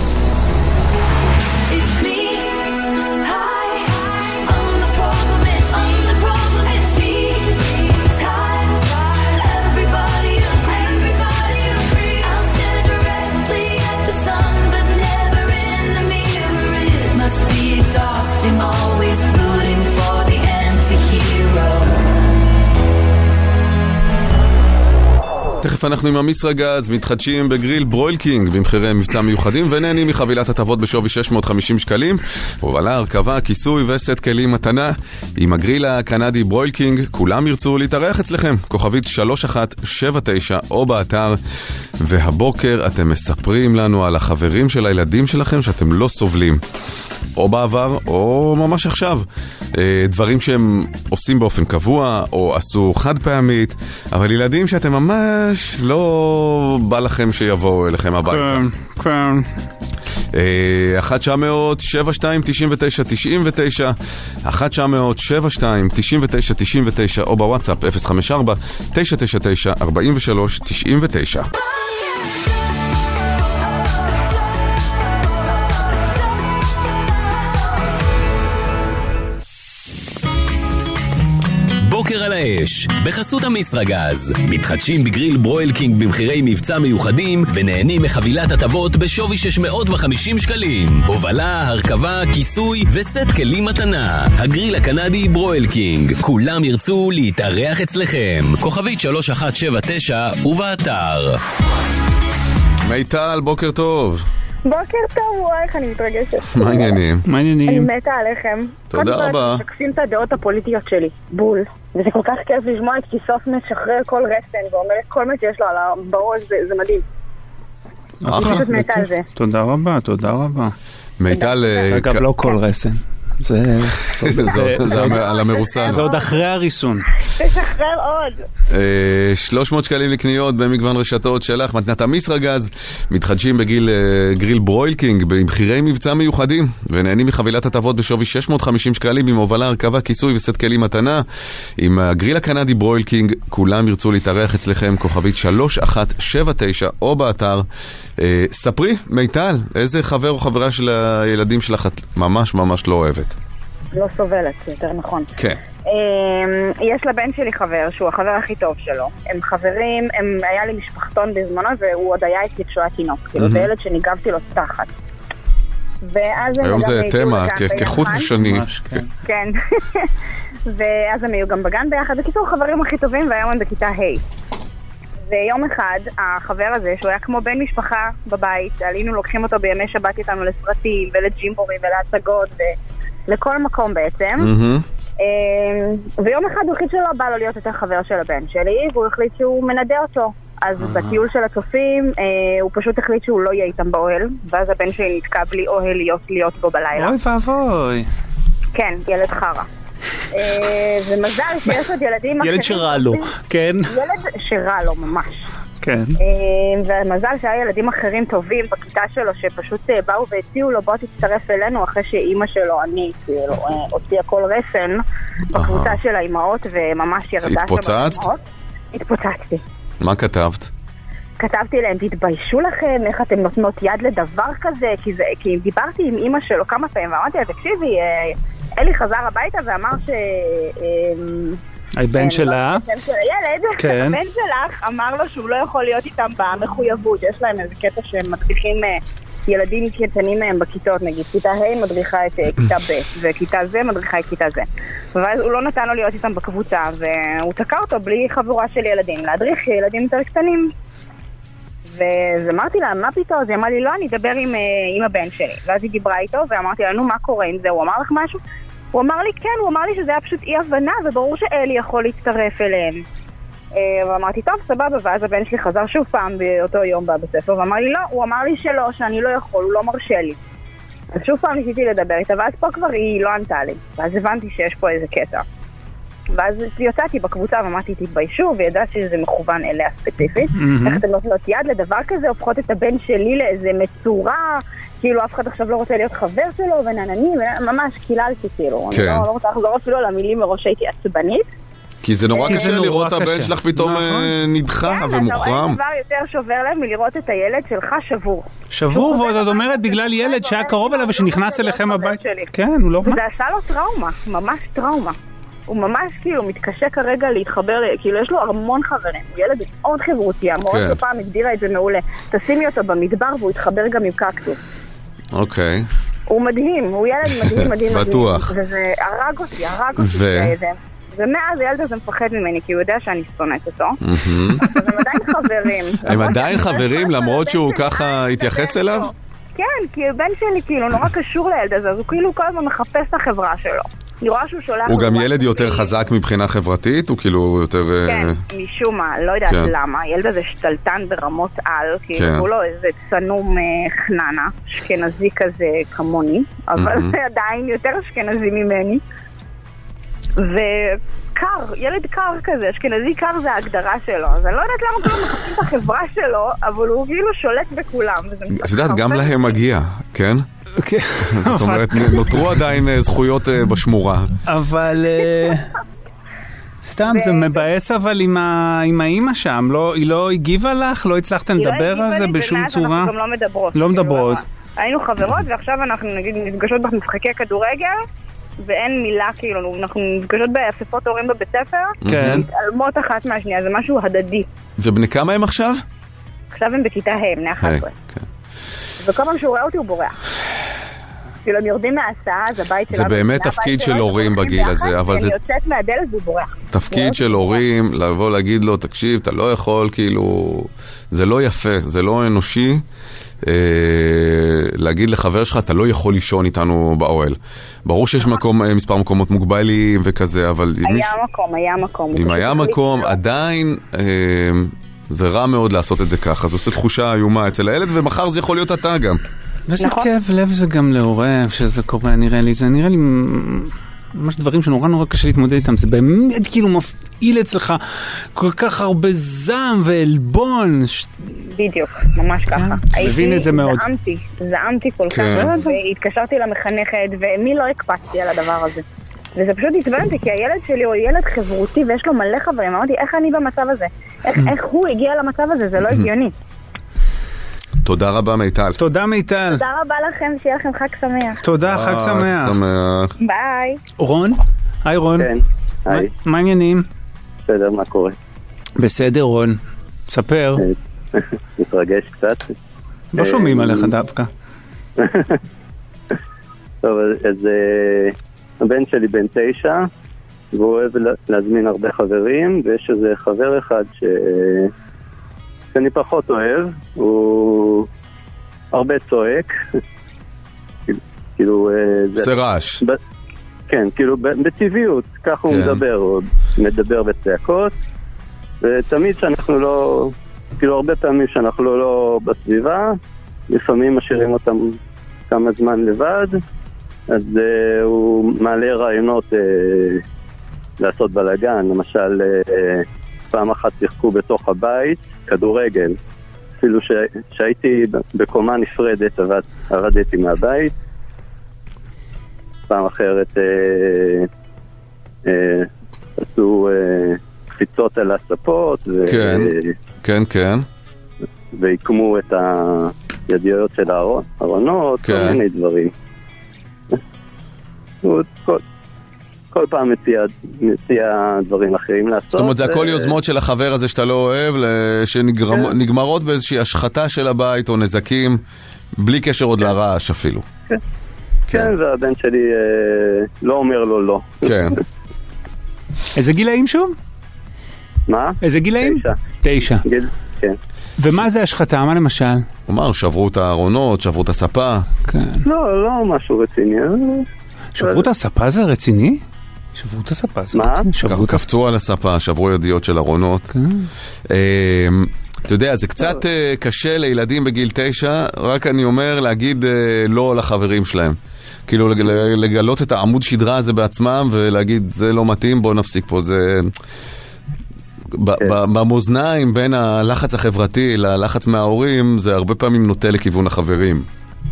It's me, hi, I'm the problem, it's me, the problem, it's me, it's time, everybody agrees, everybody agrees. I'll stare directly at the sun, but never in the mirror. It must be exhausting, always rooting for the anti-hero. תכף אנחנו עם המסרגז, מתחדשים בגריל ברויל קינג במחירי מבצע מיוחדים ונהנים מחבילת הטבות בשווי שש מאות וחמישים שקלים, הובלה, הרכבה, כיסוי וסט כלים מתנה. עם הגריל הקנדי ברויל קינג כולם ירצו להתארח אצלכם, כוכבית שלוש אחת שבע תשע או באתר. והבוקר אתם מספרים לנו על החברים של הילדים שלכם שאתם לא סובלים, או בעבר או ממש עכשיו, דברים שהם עושים באופן קבוע או עשו חד פעמית, אבל ילדים שאתם ממש לא בא לכם שיבואו אליכם הביתה. כן, כן. אחת תשע מאות שבע שתיים תשעים ותשע תשעים ותשע, אחת תשע מאות שבע שתיים תשעים ותשע תשעים ותשע או בוואטסאפ אפס חמש ארבע תשע תשע תשע ארבע שלוש תשעים ותשע. בוקר על האש, בחסות המסרגז. מתחדשים בגריל ברויל קינג במחירי מבצע מיוחדים ונהנים מחבילת הטבות בשווי שש מאות וחמישים שקלים. הובלה, הרכבה, כיסוי וסט כלים מתנה. הגריל הקנדי ברויל קינג. כולם ירצו להתארח אצלכם. כוכבית שלוש אחת שבע תשע ובאתר. מיטל, בוקר טוב. בוקר טוב, וואי, איך אני מתרגשת. מה העניינים? מה העניינים? אני מתה עליכם. תודה רבה. אתם משקפים את הדעות הפוליטיות שלי. בול. וזה כל כך כיף לשמוע את כיסוף משחרר כל רסן ואומר את כל מה שיש לו על הבראש, זה מדהים. אני פשוט מתה על זה. תודה רבה, תודה רבה. מיטל... אגב, לא כל רסן. זה על המרוסן. זה עוד אחרי הריסון. תשחרר עוד. שלוש מאות שקלים לקניות במגוון רשתות שלך, מתנת המסרגז. מתחדשים בגריל ברויל קינג במחירי מבצע מיוחדים ונהנים מחבילת הטבות בשווי שש מאות וחמישים שקלים עם הובלה, הרכבה, כיסוי וסט כלים מתנה. עם הגריל הקנדי ברויל קינג כולם ירצו להתארח אצלכם, כוכבית שלוש אחת שבע תשע או באתר. ספרי, מיטל, איזה חבר או חברה של הילדים שלך את ממש ממש לא אוהבת? לא סובלת, יותר נכון. כן. יש לבן שלי חבר שהוא החבר הכי טוב שלו. הם חברים, היה לי משפחתון בזמנו והוא עוד היה איתי כשהוא היה תינוק. כאילו זה ילד שניגבתי לו תחת. היום זה תמה, כחוט ראשוני. כן. ואז הם היו גם בגן ביחד. בקיצור, חברים הכי טובים, והיום הם בכיתה ה'. ויום אחד, החבר הזה, שהוא היה כמו בן משפחה בבית, עלינו לוקחים אותו בימי שבת איתנו לסרטים ולג'ימבורים ולהצגות ולכל מקום בעצם. ויום אחד הוא החליט שלא בא לו להיות יותר חבר של הבן שלי, והוא החליט שהוא מנדה אותו. אז בטיול של הצופים, הוא פשוט החליט שהוא לא יהיה איתם באוהל, ואז הבן שלי נתקע בלי אוהל להיות, להיות בו בלילה. אוי ואבוי. כן, ילד חרה. ומזל שיש עוד ילדים אחרים. ילד שרע לו, כן? ילד שרע לו ממש. כן. ומזל שהיה ילדים אחרים טובים בכיתה שלו שפשוט באו והציעו לו בוא תצטרף אלינו אחרי שאימא שלו, אני, הוציאה כל רסן בקבוצה של האימהות וממש ירדה שם. התפוצצת? התפוצצתי. מה כתבת? כתבתי להם, תתביישו לכם, איך אתם נותנות יד לדבר כזה, כי, זה, כי דיברתי עם אמא שלו כמה פעמים, ואמרתי לה, תקשיבי, אלי חזר הביתה ואמר ש... הבן שלה? הבן של הילד, הבן שלך אמר לו שהוא לא יכול להיות איתם במחויבות, יש להם איזה קטע שהם מדריכים ילדים קטנים מהם בכיתות, נגיד, כיתה ה' מדריכה את כיתה ב' וכיתה ז' מדריכה את כיתה ז', ואז הוא לא נתן לו להיות איתם בקבוצה, והוא תקע אותו בלי חבורה של ילדים, להדריך ילדים יותר קטנים. ואז אמרתי לה, מה פתאום? אז היא אמרה לי, לא, אני אדבר עם, עם הבן שלי. ואז היא דיברה איתו, ואמרתי לנו, מה קורה עם זה? הוא אמר לך משהו? הוא אמר לי, כן, הוא אמר לי שזה היה פשוט אי הבנה, וברור שאלי יכול להצטרף אליהם. ואמרתי, טוב, סבבה, ואז הבן שלי חזר שוב פעם באותו יום בבית ספר, ואמר לי לא, הוא אמר לי שלא, שאני לא יכול, הוא לא מרשה לי. אז שוב פעם ניסיתי לדבר איתה, ואז פה כבר היא לא ענתה לי, ואז הבנתי שיש פה איזה קטע. ואז יצאתי בקבוצה ואמרתי, תתביישו, וידעתי שזה מכוון אליה ספציפית. איך אתם נותנות יד לדבר כזה, הופכות את הבן שלי לאיזה מצורה, כאילו אף אחד עכשיו לא רוצה להיות חבר שלו, ונענני, ממש קיללתי כאילו. אני לא רוצה לחזור אפילו על המילים מראש שהייתי עצבנית. כי זה נורא קשה לראות את הבן שלך פתאום נדחה ומוחרם. אין דבר יותר שובר לב מלראות את הילד שלך שבור. שבור, ועוד אומרת בגלל ילד שהיה קרוב אליו ושנכנס אליכם הבית. כן, הוא לא... זה עשה לו טראומה, ממש טראומה. הוא ממש כאילו מתקשה כרגע להתחבר, כאילו יש לו המון חברים, הוא ילד מאוד חברותי, המורה זו פעם הגדירה את זה מעולה. תשימי אותו במדבר והוא יתחבר גם עם קקטוס. אוקיי. הוא מדהים, הוא ילד מדהים, מדהים, מדהים. בטוח. וזה הרג אותי, הרג אותי. ומאז הילד הזה מפחד ממני, כי הוא יודע שאני שונאת אותו. אז הם עדיין חברים. הם עדיין חברים למרות שהוא ככה התייחס אליו? כן, כי הבן שלי כאילו נורא קשור לילד הזה, אז הוא כאילו כל הזמן מחפש את החברה שלו. אני רואה שהוא שולח... הוא גם ילד יותר חזק מבחינה חברתית? הוא כאילו יותר... כן, משום מה, לא יודעת למה. הילד הזה שתלטן ברמות על, כאילו הוא לא איזה צנום חננה, אשכנזי כזה כמוני, אבל זה עדיין יותר אשכנזי ממני. וקר, ילד קר כזה, אשכנזי קר זה ההגדרה שלו, אז אני לא יודעת למה כולם מחפשים את החברה שלו, אבל הוא כאילו שולט בכולם. אז יודעת, גם להם מגיע, כן? זאת אומרת, נותרו עדיין זכויות בשמורה. אבל... סתם, זה מבאס אבל עם האמא שם, היא לא הגיבה לך? לא הצלחתם לדבר על זה בשום צורה? אנחנו גם לא מדברות. לא מדברות. היינו חברות ועכשיו אנחנו נגיד נפגשות במשחקי כדורגל, ואין מילה כאילו, אנחנו נפגשות באספות הורים בבית ספר, מתעלמות אחת מהשנייה, זה משהו הדדי. ובני כמה הם עכשיו? עכשיו הם בכיתה ה', בני אחת עשרה. וכל פעם שהוא רואה אותי הוא בורח. כאילו הם יורדים מההסעה, אז הבית שלנו... זה באמת תפקיד של הורים בגיל הזה, אבל זה... אני יוצאת מהדלת והוא בורח. תפקיד של הורים, לבוא להגיד לו, תקשיב, אתה לא יכול, כאילו... זה לא יפה, זה לא אנושי. להגיד לחבר שלך, אתה לא יכול לישון איתנו באוהל. ברור שיש מספר מקומות מוגבלים וכזה, אבל... היה מקום, היה מקום. אם היה מקום, עדיין... זה רע מאוד לעשות את זה ככה, זה עושה תחושה איומה אצל הילד, ומחר זה יכול להיות אתה גם. וזה כאב לב זה גם לעורב, שזה קורה, נראה לי, זה נראה לי ממש דברים שנורא נורא קשה להתמודד איתם, זה באמת כאילו מפעיל אצלך כל כך הרבה זעם ועלבון. בדיוק, ממש ככה. מבין את זה מאוד. זעמתי, זעמתי כל כך, והתקשרתי למחנכת, ומי לא הקפצתי על הדבר הזה. וזה פשוט התבנתי, כי הילד שלי הוא ילד חברותי, ויש לו מלא חברים. אמרתי, איך אני במצב הזה? איך, איך הוא הגיע למצב הזה? זה לא הגיוני. תודה רבה מיטל. תודה מיטל. תודה רבה לכם, שיהיה לכם חג שמח. תודה, חג שמח. חג שמח. ביי. רון? היי רון. כן, היי. מה העניינים? בסדר, מה קורה? בסדר רון. ספר. מתרגש קצת. לא שומעים עליך דווקא. טוב, אז... הבן שלי בן תשע, והוא אוהב להזמין הרבה חברים, ויש איזה חבר אחד ש... שאני פחות אוהב, הוא הרבה צועק, כאילו... זה רעש. ב... כן, כאילו בטבעיות, ככה הוא מדבר, הוא מדבר בצעקות, ותמיד שאנחנו לא... כאילו הרבה פעמים שאנחנו לא, לא בסביבה, לפעמים משאירים אותם כמה זמן לבד, אז uh, הוא מעלה רעיונות uh, לעשות בלגן. למשל, uh, פעם אחת שיחקו בתוך הבית כדורגל. אפילו ש... שהייתי בקומה נפרדת, עבד... עבדתי מהבית. פעם אחרת uh, uh, עשו uh, קפיצות על הספות. ו... כן, כן, כן. והקמו את הידיעות של הארונות, כן. כל מיני דברים. כל, כל פעם מציע, מציע דברים אחרים לעשות. זאת אומרת, זה הכל יוזמות של החבר הזה שאתה לא אוהב, שנגמרות באיזושהי השחתה של הבית או נזקים, בלי קשר עוד לרעש אפילו. כן, כן, והבן שלי לא אומר לו לא. כן. איזה גילאים שוב? מה? איזה גילאים? תשע. תשע. גיל, כן. ומה זה השחתה? מה למשל? הוא אמר, שברו את הארונות, שברו את הספה. כן. לא, לא משהו רציני. שברו את הספה זה רציני? שברו את הספה. מה? קפצו על הספה, שברו ידיעות של ארונות. אתה יודע, זה קצת קשה לילדים בגיל תשע, רק אני אומר להגיד לא לחברים שלהם. כאילו לגלות את העמוד שדרה הזה בעצמם ולהגיד זה לא מתאים, בוא נפסיק פה. זה במאזניים בין הלחץ החברתי ללחץ מההורים, זה הרבה פעמים נוטה לכיוון החברים.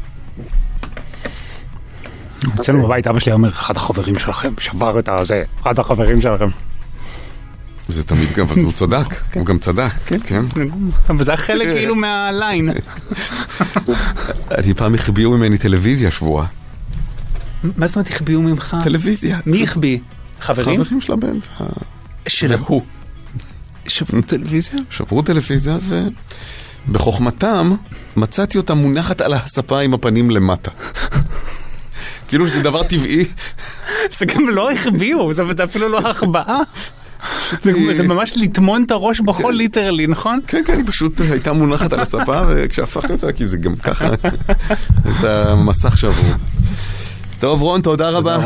אצלנו בבית אבא שלי אומר, אחד החברים שלכם שבר את הזה, אחד החברים שלכם. זה תמיד גם, הוא צדק, הוא גם צדק, כן? אבל זה החלק כאילו מהליין. אני פעם החביאו ממני טלוויזיה שבועה. מה זאת אומרת החביאו ממך? טלוויזיה. מי החביא? חברים? חברים של הבן. והוא. שברו טלוויזיה? שברו טלוויזיה ובחוכמתם מצאתי אותה מונחת על הספה עם הפנים למטה. כאילו שזה דבר טבעי. זה גם לא החביאו, זה אפילו לא החבאה. זה ממש לטמון את הראש בחול ליטרלי, נכון? כן, כן, היא פשוט הייתה מונחת על הספה, וכשהפכתי אותה, כי זה גם ככה, את המסך שברו. טוב, רון, תודה רבה.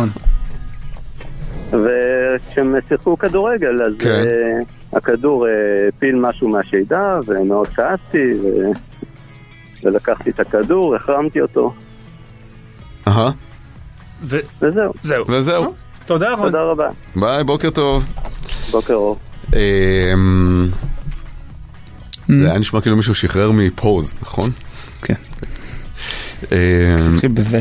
וכשהם שיחקו כדורגל, אז הכדור פיל משהו מהשידה, ומאוד כעסתי, ולקחתי את הכדור, החרמתי אותו. אהה. וזהו. זהו. וזהו. תודה רון. תודה רבה. ביי, בוקר טוב. בוקר אור. זה היה נשמע כאילו מישהו שחרר מפוז, נכון? כן. תתחיל בזה.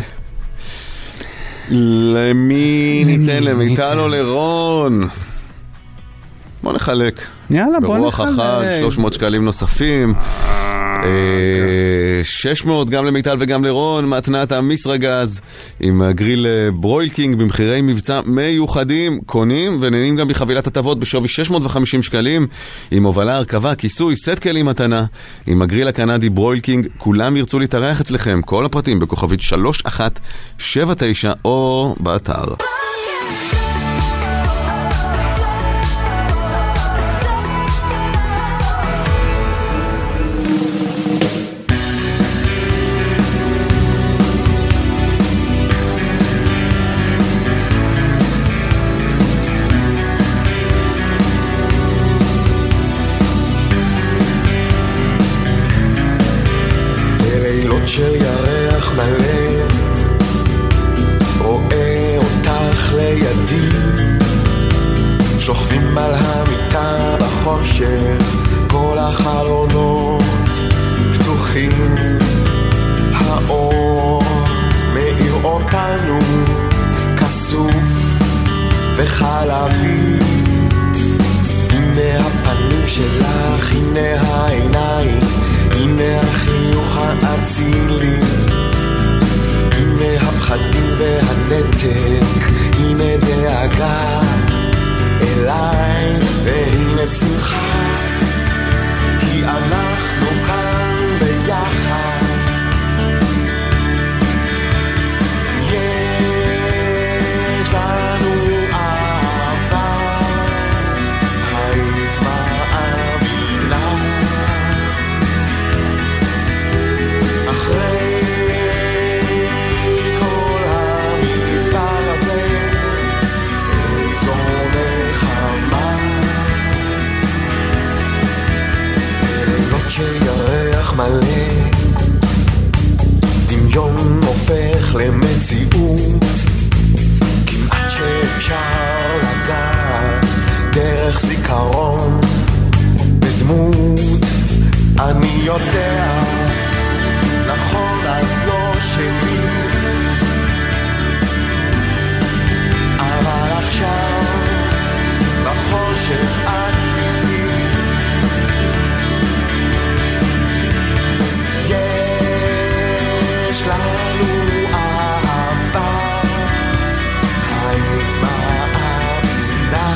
למי ניתן? למיטל או לרון? בוא נחלק. יאללה, בוא נחלק. ברוח החג, שלוש מאות שקלים נוספים. שש מאות גם למיטל וגם לרון, מתנת המסרגז עם גריל ברוילקינג במחירי מבצע מיוחדים, קונים ונהנים גם בחבילת הטבות בשווי שש מאות וחמישים שקלים עם הובלה, הרכבה, כיסוי, סט כלים מתנה עם הגריל הקנדי ברוילקינג. כולם ירצו להתארח אצלכם, כל הפרטים בכוכבית שלוש אחת שבע תשע או באתר. של ירח מלא רואה אותך לידי שוכבים על המיטה בחושך כל החלונות פתוחים האור מאיר אותנו כסוף וחלבי הנה הפנים שלך הנה העיניים הנה החיוך האצילי הנה הפחדים והנתק הנה דאגה אליי והנה שמחה כי אנחנו כאן ביחד יש לנו אהבה היית מאמינה של ירח מלא דמיון הופך למציאות כמעט שאפשר לגעת דרך זיכרון בדמות אני יודע נכון את לא שלי אבל עכשיו בחושך את איתי יש לנו אהבה היית מאמינה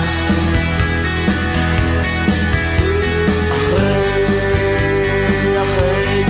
אחרי אחרי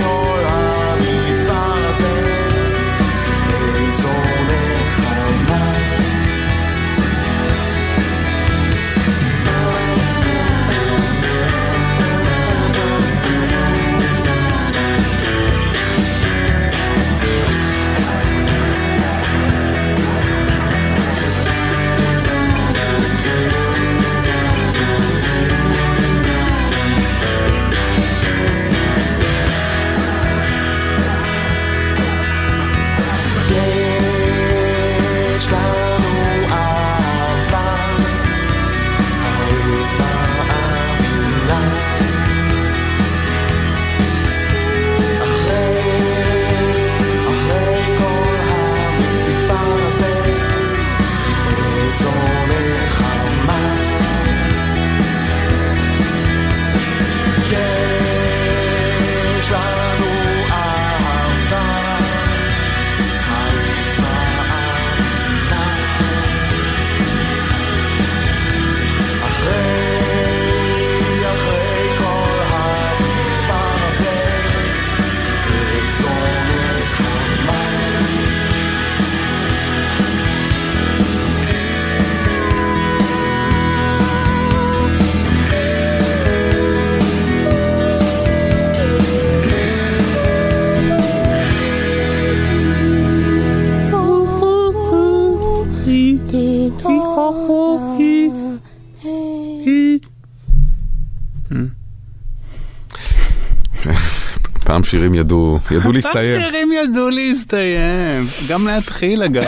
פעם שירים ידעו, ידעו להסתיים. פעם שירים ידעו להסתיים. גם להתחיל אגב.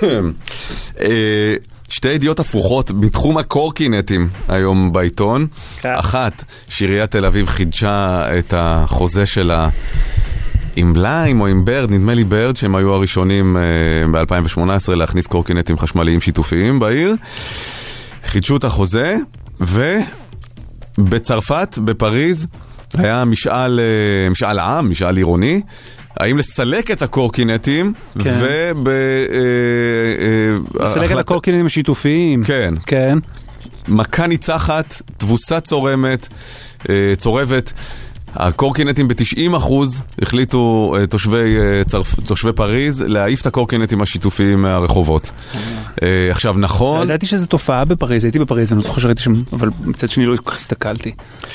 שתי ידיעות הפוכות בתחום הקורקינטים היום בעיתון. אחת, שעיריית תל אביב חידשה את החוזה שלה עם ליים או עם ברד, נדמה לי ברד, שהם היו הראשונים ב-אלפיים שמונה עשרה להכניס קורקינטים חשמליים שיתופיים בעיר. חידשו את החוזה, ובצרפת, בפריז, היה משאל, משאל עם, משאל עירוני, האם לסלק את הקורקינטים, כן. וב... לסלק את הקורקינטים השיתופיים. כן. כן. מכה ניצחת, תבוסה צורמת, צורבת, הקורקינטים ב-תשעים אחוז החליטו תושבי, צרפ... תושבי פריז להעיף את הקורקינטים השיתופיים מהרחובות. עכשיו נכון... ידעתי שזו תופעה בפריז, הייתי בפריז, אני לא זוכר שראיתי שם, אבל מצד שני לא כל כך הסתכלתי.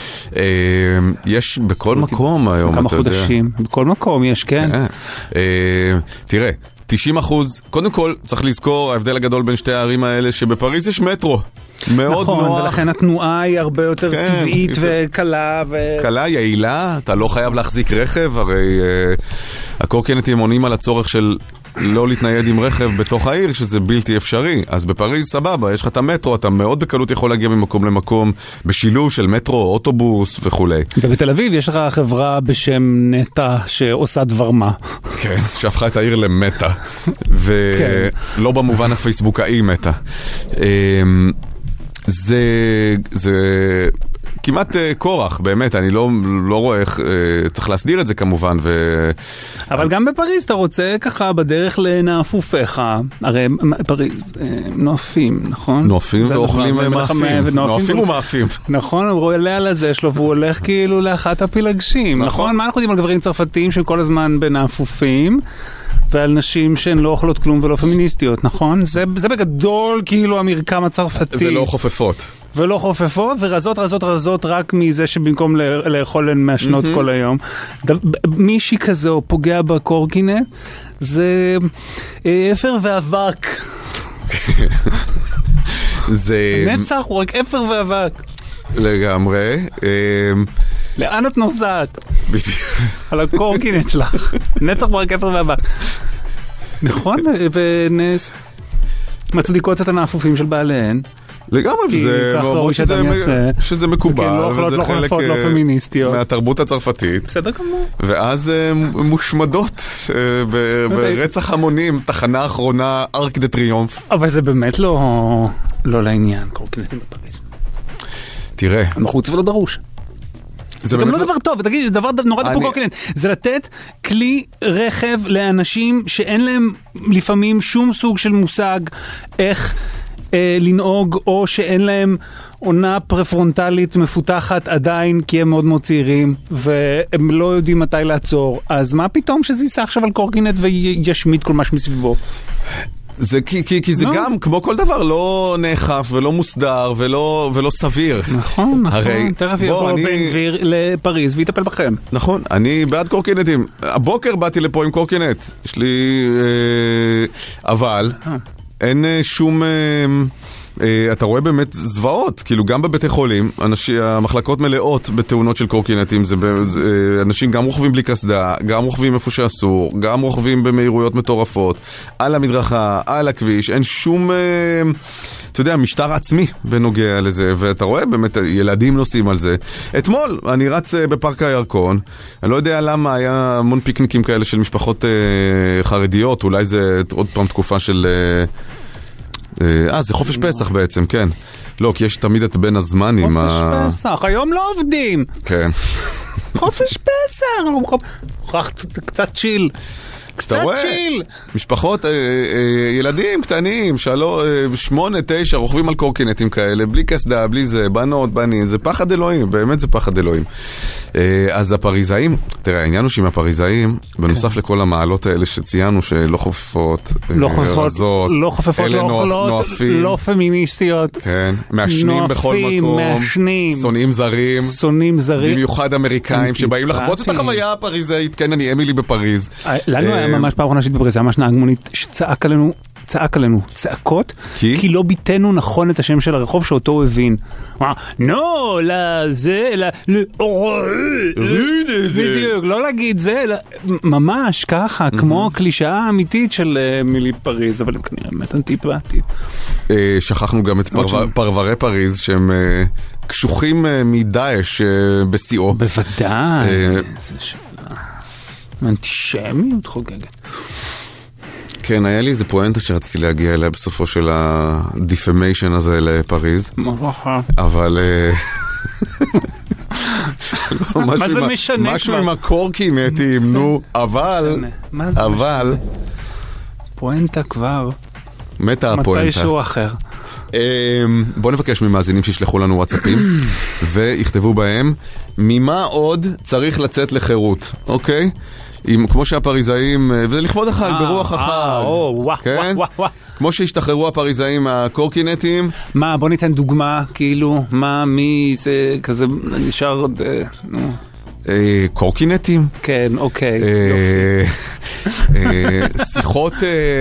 יש בכל מקום היום, כמה חודשים, בכל מקום יש, כן. תראה, תשעים אחוז, קודם כל צריך לזכור ההבדל הגדול בין שתי הערים האלה, שבפריז יש מטרו. מאוד נכון, נוח. ולכן התנועה היא הרבה יותר כן, טבעית וקלה. ו... קלה, יעילה, אתה לא חייב להחזיק רכב, הרי uh, הקורקינטים עונים על הצורך של לא להתנייד עם רכב בתוך העיר, שזה בלתי אפשרי. אז בפריז סבבה, יש לך את המטרו, אתה מאוד בקלות יכול להגיע ממקום למקום, בשילוב של מטרו, אוטובוס וכו'. ובתל אביב יש לך חברה בשם נטה שעושה דבר מה. כן, שהפכה את העיר למטה. ולא במובן הפייסבוקאי מטה. זה, זה כמעט uh, כורח, באמת, אני לא, לא רואה איך, uh, צריך להסדיר את זה כמובן. ו... אבל גם בפריז אתה רוצה ככה בדרך לנאפופיך, הרי פריז, נואפים, נכון? נואפים ואוכלים מאפים, נואפים ומאפים. נכון, הוא עולה על הזה שלו והוא הולך כאילו לאחת הפילגשים, נכון? מה אנחנו יודעים על גברים צרפתיים שכל הזמן בנאפופים? ועל נשים שהן לא אוכלות כלום ולא פמיניסטיות, נכון? זה, זה בגדול כאילו המרקם הצרפתי. ולא חופפות. ולא חופפות, ורזות רזות רזות רק מזה שבמקום לאכול מעשנות כל היום. מישהי כזו פוגע בקורקינט, זה אפר ואבק. זה... נצח הוא רק אפר ואבק. לגמרי. לאן את נוסעת? על הקורקינט שלך. נצח ברק אפר ואבק. נכון? ונס מצדיקות את הנאפופים של בעליהן. לגמרי, וזה אומרות שזה מקובל, וזה חלק מהתרבות הצרפתית. בסדר כמובן. ואז מושמדות ברצח המונים, תחנה אחרונה, ארק דה טריומף. אבל זה באמת לא לעניין, קורקינטים בפריז. תראה. מחוץ ולא דרוש. זה גם לא דבר טוב, תגיד, זה דבר נורא דפוק קורקינט. זה לתת כלי רכב לאנשים שאין להם לפעמים שום סוג של מושג איך לנהוג, או שאין להם עונה פרפרונטלית מפותחת עדיין, כי הם מאוד מאוד צעירים, והם לא יודעים מתי לעצור. אז מה פתאום שזה ייסע עכשיו על קורקינט וישמיד כל מה שמסביבו? זה כי, כי, כי זה no. גם, כמו כל דבר, לא נאכף ולא מוסדר ולא, ולא סביר. נכון, הרי, נכון. תכף יבוא אני... בן גביר לפריז ויטפל בכם. נכון, אני בעד קורקינטים. הבוקר באתי לפה עם קורקינט. יש לי... אה, אבל אה. אין אה, שום... אה, אתה רואה באמת זוועות, כאילו גם בבתי חולים, אנשים, המחלקות מלאות בתאונות של קורקינטים, זה, זה, אנשים גם רוכבים בלי קסדה, גם רוכבים איפה שאסור, גם רוכבים במהירויות מטורפות, על המדרכה, על הכביש, אין שום, אתה יודע, משטר עצמי בנוגע לזה, ואתה רואה באמת ילדים נוסעים על זה. אתמול אני רץ בפארק הירקון, אני לא יודע למה, היה המון פיקניקים כאלה של משפחות חרדיות, אולי זה עוד פעם תקופה של... אה, זה חופש פסח בעצם, כן. לא, כי יש תמיד את בין הזמנים. חופש פסח, היום לא עובדים. כן. חופש פסח, קצת צ'יל. קצת צ'יל. משפחות, ילדים קטנים, שמונה, תשע, רוכבים על קורקינטים כאלה, בלי קסדה, בלי זה, בנות, בנים, זה פחד אלוהים, באמת זה פחד אלוהים. אז הפריזאים, תראה, העניין הוא שעם הפריזאים, בנוסף לכל המעלות האלה שציינו, שלא חופפות, רזות, לא חופפות, לא אוכלות, לא פמיניסטיות, כן, מעשנים בכל מקום, שונאים זרים, שונאים זרים, במיוחד אמריקאים, שבאים לחוות את החוויה הפריזאית, כן, אני אמילי בפריז. לנו היה ממש פעם אחרונה שהייתי בפריז, היה ממש נהג מונית שצעק עלינו צעק עלינו צעקות, כי? כי לא ביטאנו נכון את השם של הרחוב שאותו הוא הבין. הוא אמר, נו, לזה, ל... בדיוק, לא להגיד זה, אלא ממש ככה, כמו קלישאה האמיתית של מילי פריז, אבל הם כנראה באמת אנטיפטית. שכחנו גם את פרברי פריז, שהם קשוחים מדאעש בשיאו. בוודאי. זה שאלה. אנטישמיות חוגגת. כן, היה לי איזה פואנטה שרציתי להגיע אליה בסופו של הדיפמיישן הזה לפריז. אבל... מה זה משנה כבר? משהו עם הקורקינטים, נו, אבל... אבל... פואנטה כבר. מתה הפואנטה. מתישהו אחר. בוא נבקש ממאזינים שישלחו לנו וואטסאפים ויכתבו בהם ממה עוד צריך לצאת לחירות, אוקיי? כמו שהפריזאים, וזה לכבוד החג, ברוח החג, כן? כמו שהשתחררו הפריזאים מהקורקינטים. מה, בוא ניתן דוגמה, כאילו, מה, מי, זה כזה נשאר עוד... קורקינטים? כן, אוקיי. שיחות...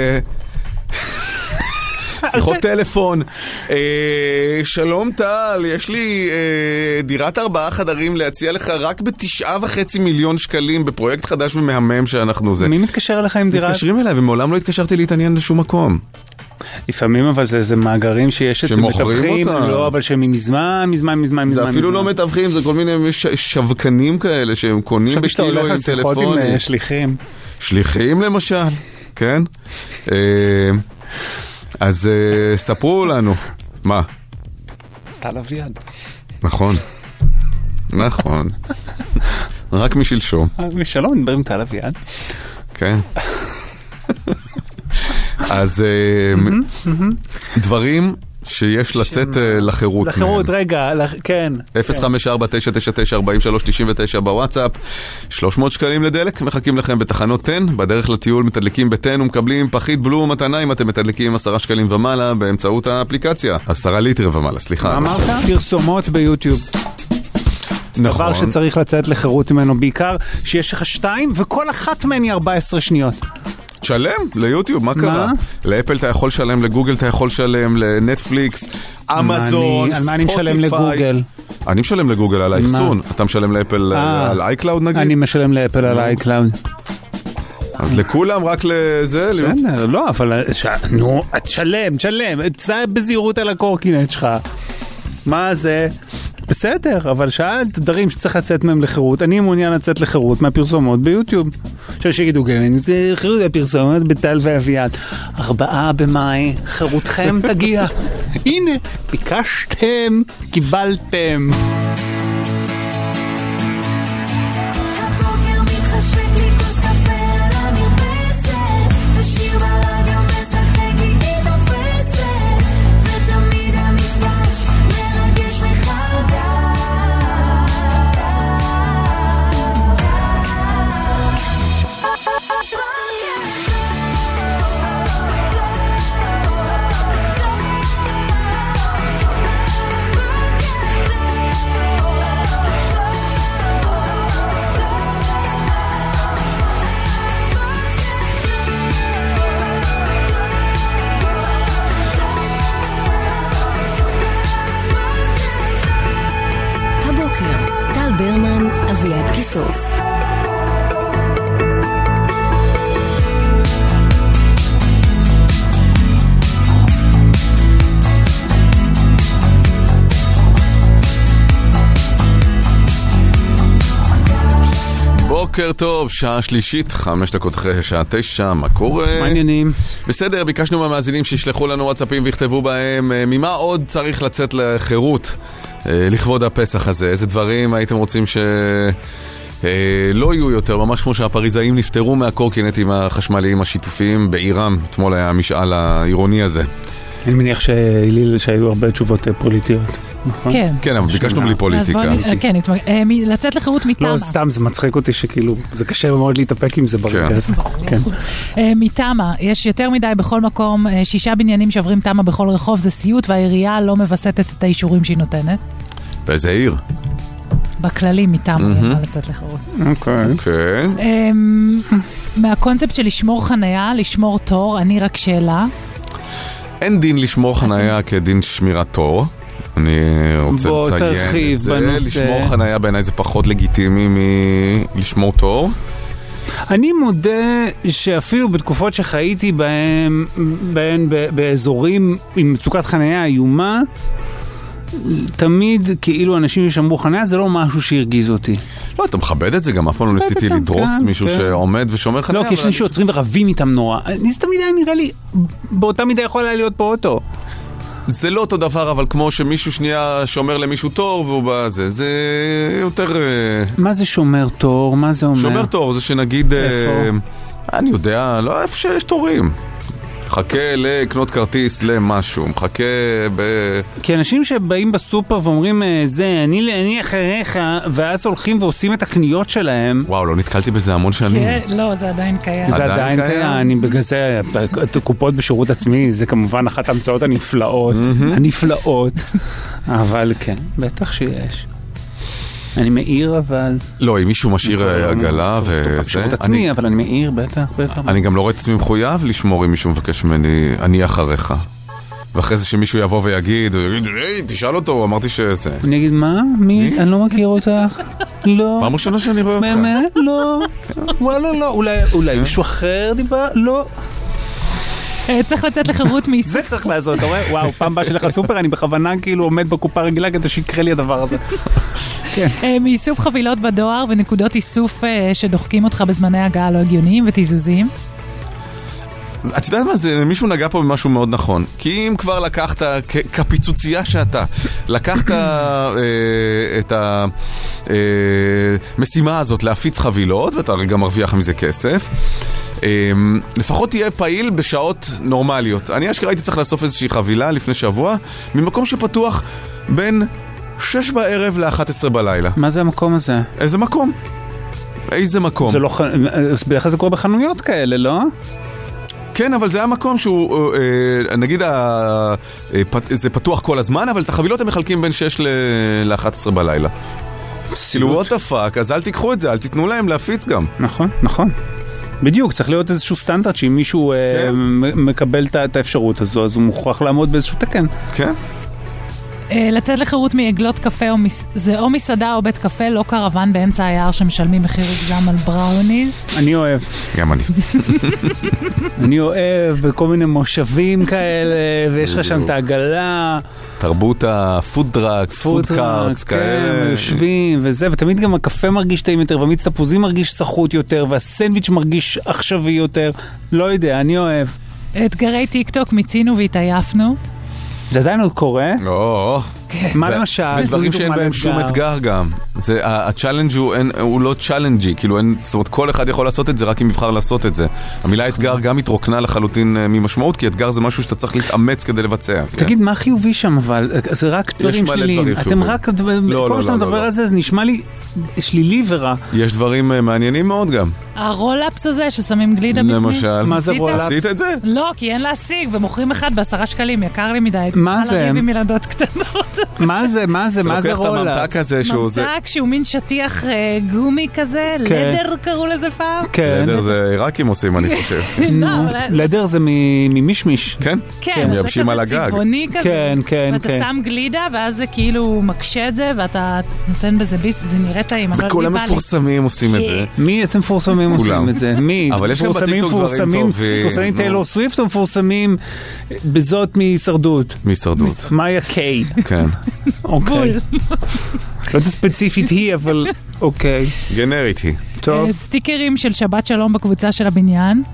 שיחות טלפון. שלום טל, יש לי דירת ארבעה חדרים להציע לך רק בתשעה וחצי מיליון שקלים בפרויקט חדש ומהמם שאנחנו זה. מי מתקשר אליך עם דירה? מתקשרים אליי, ומעולם לא התקשרתי להתעניין לשום מקום. לפעמים אבל זה, זה מאגרים שיש אצל מתווכים, לא, אבל שהם מזמן, מזמן, מזמן, זה מזמן. אפילו לא מתווכים, זה כל מיני שווקנים כאלה שהם קונים בקילו עם טלפונים. עם שליחים. שליחים למשל, כן? אז ספרו לנו. מה? טל אביעד. נכון. נכון. רק משלשום. משלום, נדבר עם טל אביעד. כן. אז דברים שיש לצאת לחירות. לחירות, רגע, כן. אפס חמש ארבע תשע תשע תשע ארבעים ושלוש תשעים ותשע בוואטסאפ, שלוש מאות שקלים לדלק, מחכים לכם בתחנות תן, בדרך לטיול מתדלקים בתן ומקבלים פחית בלו מתנה אם אתם מתדלקים עשרה שקלים ומעלה באמצעות האפליקציה. עשרה ליטר ומעלה, סליחה. אמרת? פרסומות ביוטיוב. נכון. דבר שצריך לצאת לחירות ממנו, בעיקר שיש לך שתיים וכל אחת מהן היא ארבע עשרה שניות. תשלם ליוטיוב, מה קרה? לאפל אתה יכול לשלם, לגוגל אתה יכול לשלם, לנטפליקס, אמזון, על מה אני משלם לגוגל? אני משלם לגוגל על האחסון. אתה משלם לאפל על אייקלאוד נגיד? אני משלם לאפל על אייקלאוד. אז לכולם רק לזה? בסדר, לא, אבל נו, תשלם, תשלם, תצא בזהירות על הקורקינט שלך. מה זה? בסדר, אבל שאלת דברים שצריך לצאת מהם לחירות. אני מעוניין לצאת לחירות מהפרסומות ביוטיוב. עכשיו שיגידו, כן, זה חירות הפרסומות בטל ואביעד. ארבעה במאי, חירותכם תגיע. הנה, ביקשתם, קיבלתם. ברמן, אביעד קיסוס. בוקר טוב, שעה שלישית, חמש דקות אחרי שעה תשע, מה קורה? מעניינים. בסדר, ביקשנו מהמאזינים שישלחו לנו וואטסאפים ויכתבו בהם ממה עוד צריך לצאת לחירות לכבוד הפסח הזה. איזה דברים הייתם רוצים ש... לא יהיו יותר, ממש כמו שהפריזאים נפטרו מהקורקינטים החשמליים השיתופיים בעירם. אתמול היה המשאל העירוני הזה. אני מניח שהיליל שהיו הרבה תשובות פוליטיות. כן. כן, אבל ביקשנו בלי פוליטיקה. כן, לצאת לחירות מתמה. לא, סתם, זה מצחיק אותי שכאילו, זה קשה מאוד להתאפק עם זה ברגע הזה. כן. מתמה, יש יותר מדי בכל מקום, שישה בניינים שעוברים תמה בכל רחוב, זה סיוט, והעירייה לא מבסטת את האישורים שהיא נותנת. באיזה עיר? בכללי מתמה, יהיה לצאת לחירות. אוקיי. אוקיי. מהקונספט של לשמור חנייה, לשמור תור, אני רק שאלה. אין דין לשמור חנייה כדין שמירת תור. אני רוצה בוא, לציין תרחיב את זה. בנושא. לשמור חנייה בעיניי זה פחות לגיטימי מלשמור תור. אני מודה שאפילו בתקופות שחייתי בהן, בהן באזורים עם מצוקת חנייה איומה, תמיד כאילו אנשים ישמרו חנייה, זה לא משהו שהרגיז אותי. לא, אתה מכבד את זה, גם אף פעם לא ניסיתי לדרוס מישהו שעומד ושומר חנייה. לא, כי יש אנשים שעוצרים ורבים איתם נורא. זה תמיד היה נראה לי, באותה מידה יכול היה להיות פה אוטו. זה לא אותו דבר, אבל כמו שמישהו שנייה שומר למישהו תור והוא בא זה, זה יותר... מה זה שומר תור? מה זה אומר? שומר תור זה שנגיד... איפה? אני יודע, לא איפה שיש תורים. מחכה לקנות כרטיס למשהו, מחכה ב... כי אנשים שבאים בסופר ואומרים זה, אני, אני אחריך, ואז הולכים ועושים את הקניות שלהם. וואו, לא נתקלתי בזה המון שנים. כן, לא, זה עדיין קיים. זה עדיין, עדיין קיים. קיים. אני בגלל זה, קופות בשירות עצמי, זה כמובן אחת המצאות הנפלאות, הנפלאות. אבל כן, בטח שיש. אני מעיר, אבל... לא, אם מישהו משאיר עגלה וזה... בשירות עצמי, אבל אני מעיר, בטח, בטח. אני גם לא רואה את עצמי מחויב לשמור אם מישהו מבקש ממני, אני אחריך. ואחרי זה שמישהו יבוא ויגיד, היי, תשאל אותו, אמרתי שזה... אני אגיד, מה? מי? אני לא מכיר אותך. לא. פעם ראשונה שאני רואה אותך. באמת? לא. וואלה, לא. אולי מישהו אחר דיבר? לא. צריך לצאת לחירות מאיסוף. זה צריך לעשות, אתה רואה? וואו, פעם בא שלך סופר, אני בכוונה כאילו עומד בקופה רגילה כדי שיקרה לי הדבר הזה. מאיסוף חבילות בדואר ונקודות איסוף שדוחקים אותך בזמני הגעה לא הגיוניים ותיזוזים. את יודעת מה זה? מישהו נגע פה במשהו מאוד נכון. כי אם כבר לקחת, כפיצוצייה שאתה, לקחת את המשימה הזאת להפיץ חבילות, ואתה גם מרוויח מזה כסף, לפחות תהיה פעיל בשעות נורמליות. אני אשכרה הייתי צריך לאסוף איזושהי חבילה לפני שבוע, ממקום שפתוח בין שש בערב ל-אחת עשרה בלילה. מה זה המקום הזה? איזה מקום? איזה מקום? זה לא, בדרך כלל זה קורה בחנויות כאלה, לא? כן, אבל זה היה מקום שהוא, נגיד, זה פתוח כל הזמן, אבל את החבילות הם מחלקים בין שש ל-אחת עשרה בלילה. כאילו, what the fuck, אז אל תיקחו את זה, אל תיתנו להם להפיץ גם. נכון, נכון. בדיוק, צריך להיות איזשהו סטנדרט שאם מישהו מקבל את האפשרות הזו, אז הוא מוכרח לעמוד באיזשהו תקן. כן. לצאת לחירות מעגלות קפה, זה או מסעדה או בית קפה, לא קרוון באמצע היער שמשלמים מחיר מוגזם על בראוניז. אני אוהב. גם אני. אני אוהב בכל מיני מושבים כאלה, ויש לך שם את העגלה. תרבות הפוד דרקס, פוד קארטס, כאלה. יושבים וזה, ותמיד גם הקפה מרגיש טעים יותר, והמיץ תפוזים מרגיש סחוט יותר, והסנדוויץ' מרגיש עכשווי יותר. לא יודע, אני אוהב. אתגרי טיק טוק מיצינו והתעייפנו. זה עדיין עוד קורה? לא. מה למשל? ודברים שאין בהם שום אתגר גם. הצ'אלנג' הוא לא צ'אלנג'י, כאילו זאת אומרת כל אחד יכול לעשות את זה רק אם יבחר לעשות את זה. המילה אתגר גם התרוקנה לחלוטין ממשמעות, כי אתגר זה משהו שאתה צריך להתאמץ כדי לבצע. תגיד, מה חיובי שם אבל? זה רק דברים שליליים. אתם רק, כל שאתה מדבר על זה, זה נשמע לי שלילי ורע. יש דברים מעניינים מאוד גם. הרולאפס הזה ששמים גלידה בפנים. למשל. מה זה רולאפס? עשית את זה? לא, כי אין להשיג, ומוכרים אחד בעשרה שקלים, יקר לי מדי. מה זה? עם ילדות קטנות. מה זה? מה זה? מה זה רולאפס? זה לוקח את הממתק הזה שהוא זה... ממתק שהוא מין שטיח גומי כזה, לדר קראו לזה פעם. לדר זה עיראקים עושים, אני חושב. לדר זה ממישמיש. כן? כן, זה כזה צבעוני כזה. כן, כן. ואתה שם גלידה, ואז זה כאילו מקשה את זה, ואתה נותן בזה ביס, זה נראה טעים. וכל המפורסמים עושים את זה. מי? איזה מפורסמים עושים את זה? מי? אבל יש גם בטיקטוק דברים טובים. מפורסמים טיילור סוויפט או מפורסמים בזאת מהישרדות? מהישרדות. מאיה קיי. כן. אוקיי. לא את הספציפית היא, אבל אוקיי. גנרית היא. טוב. סטיקרים של שבת שלום בקבוצה של הבניין.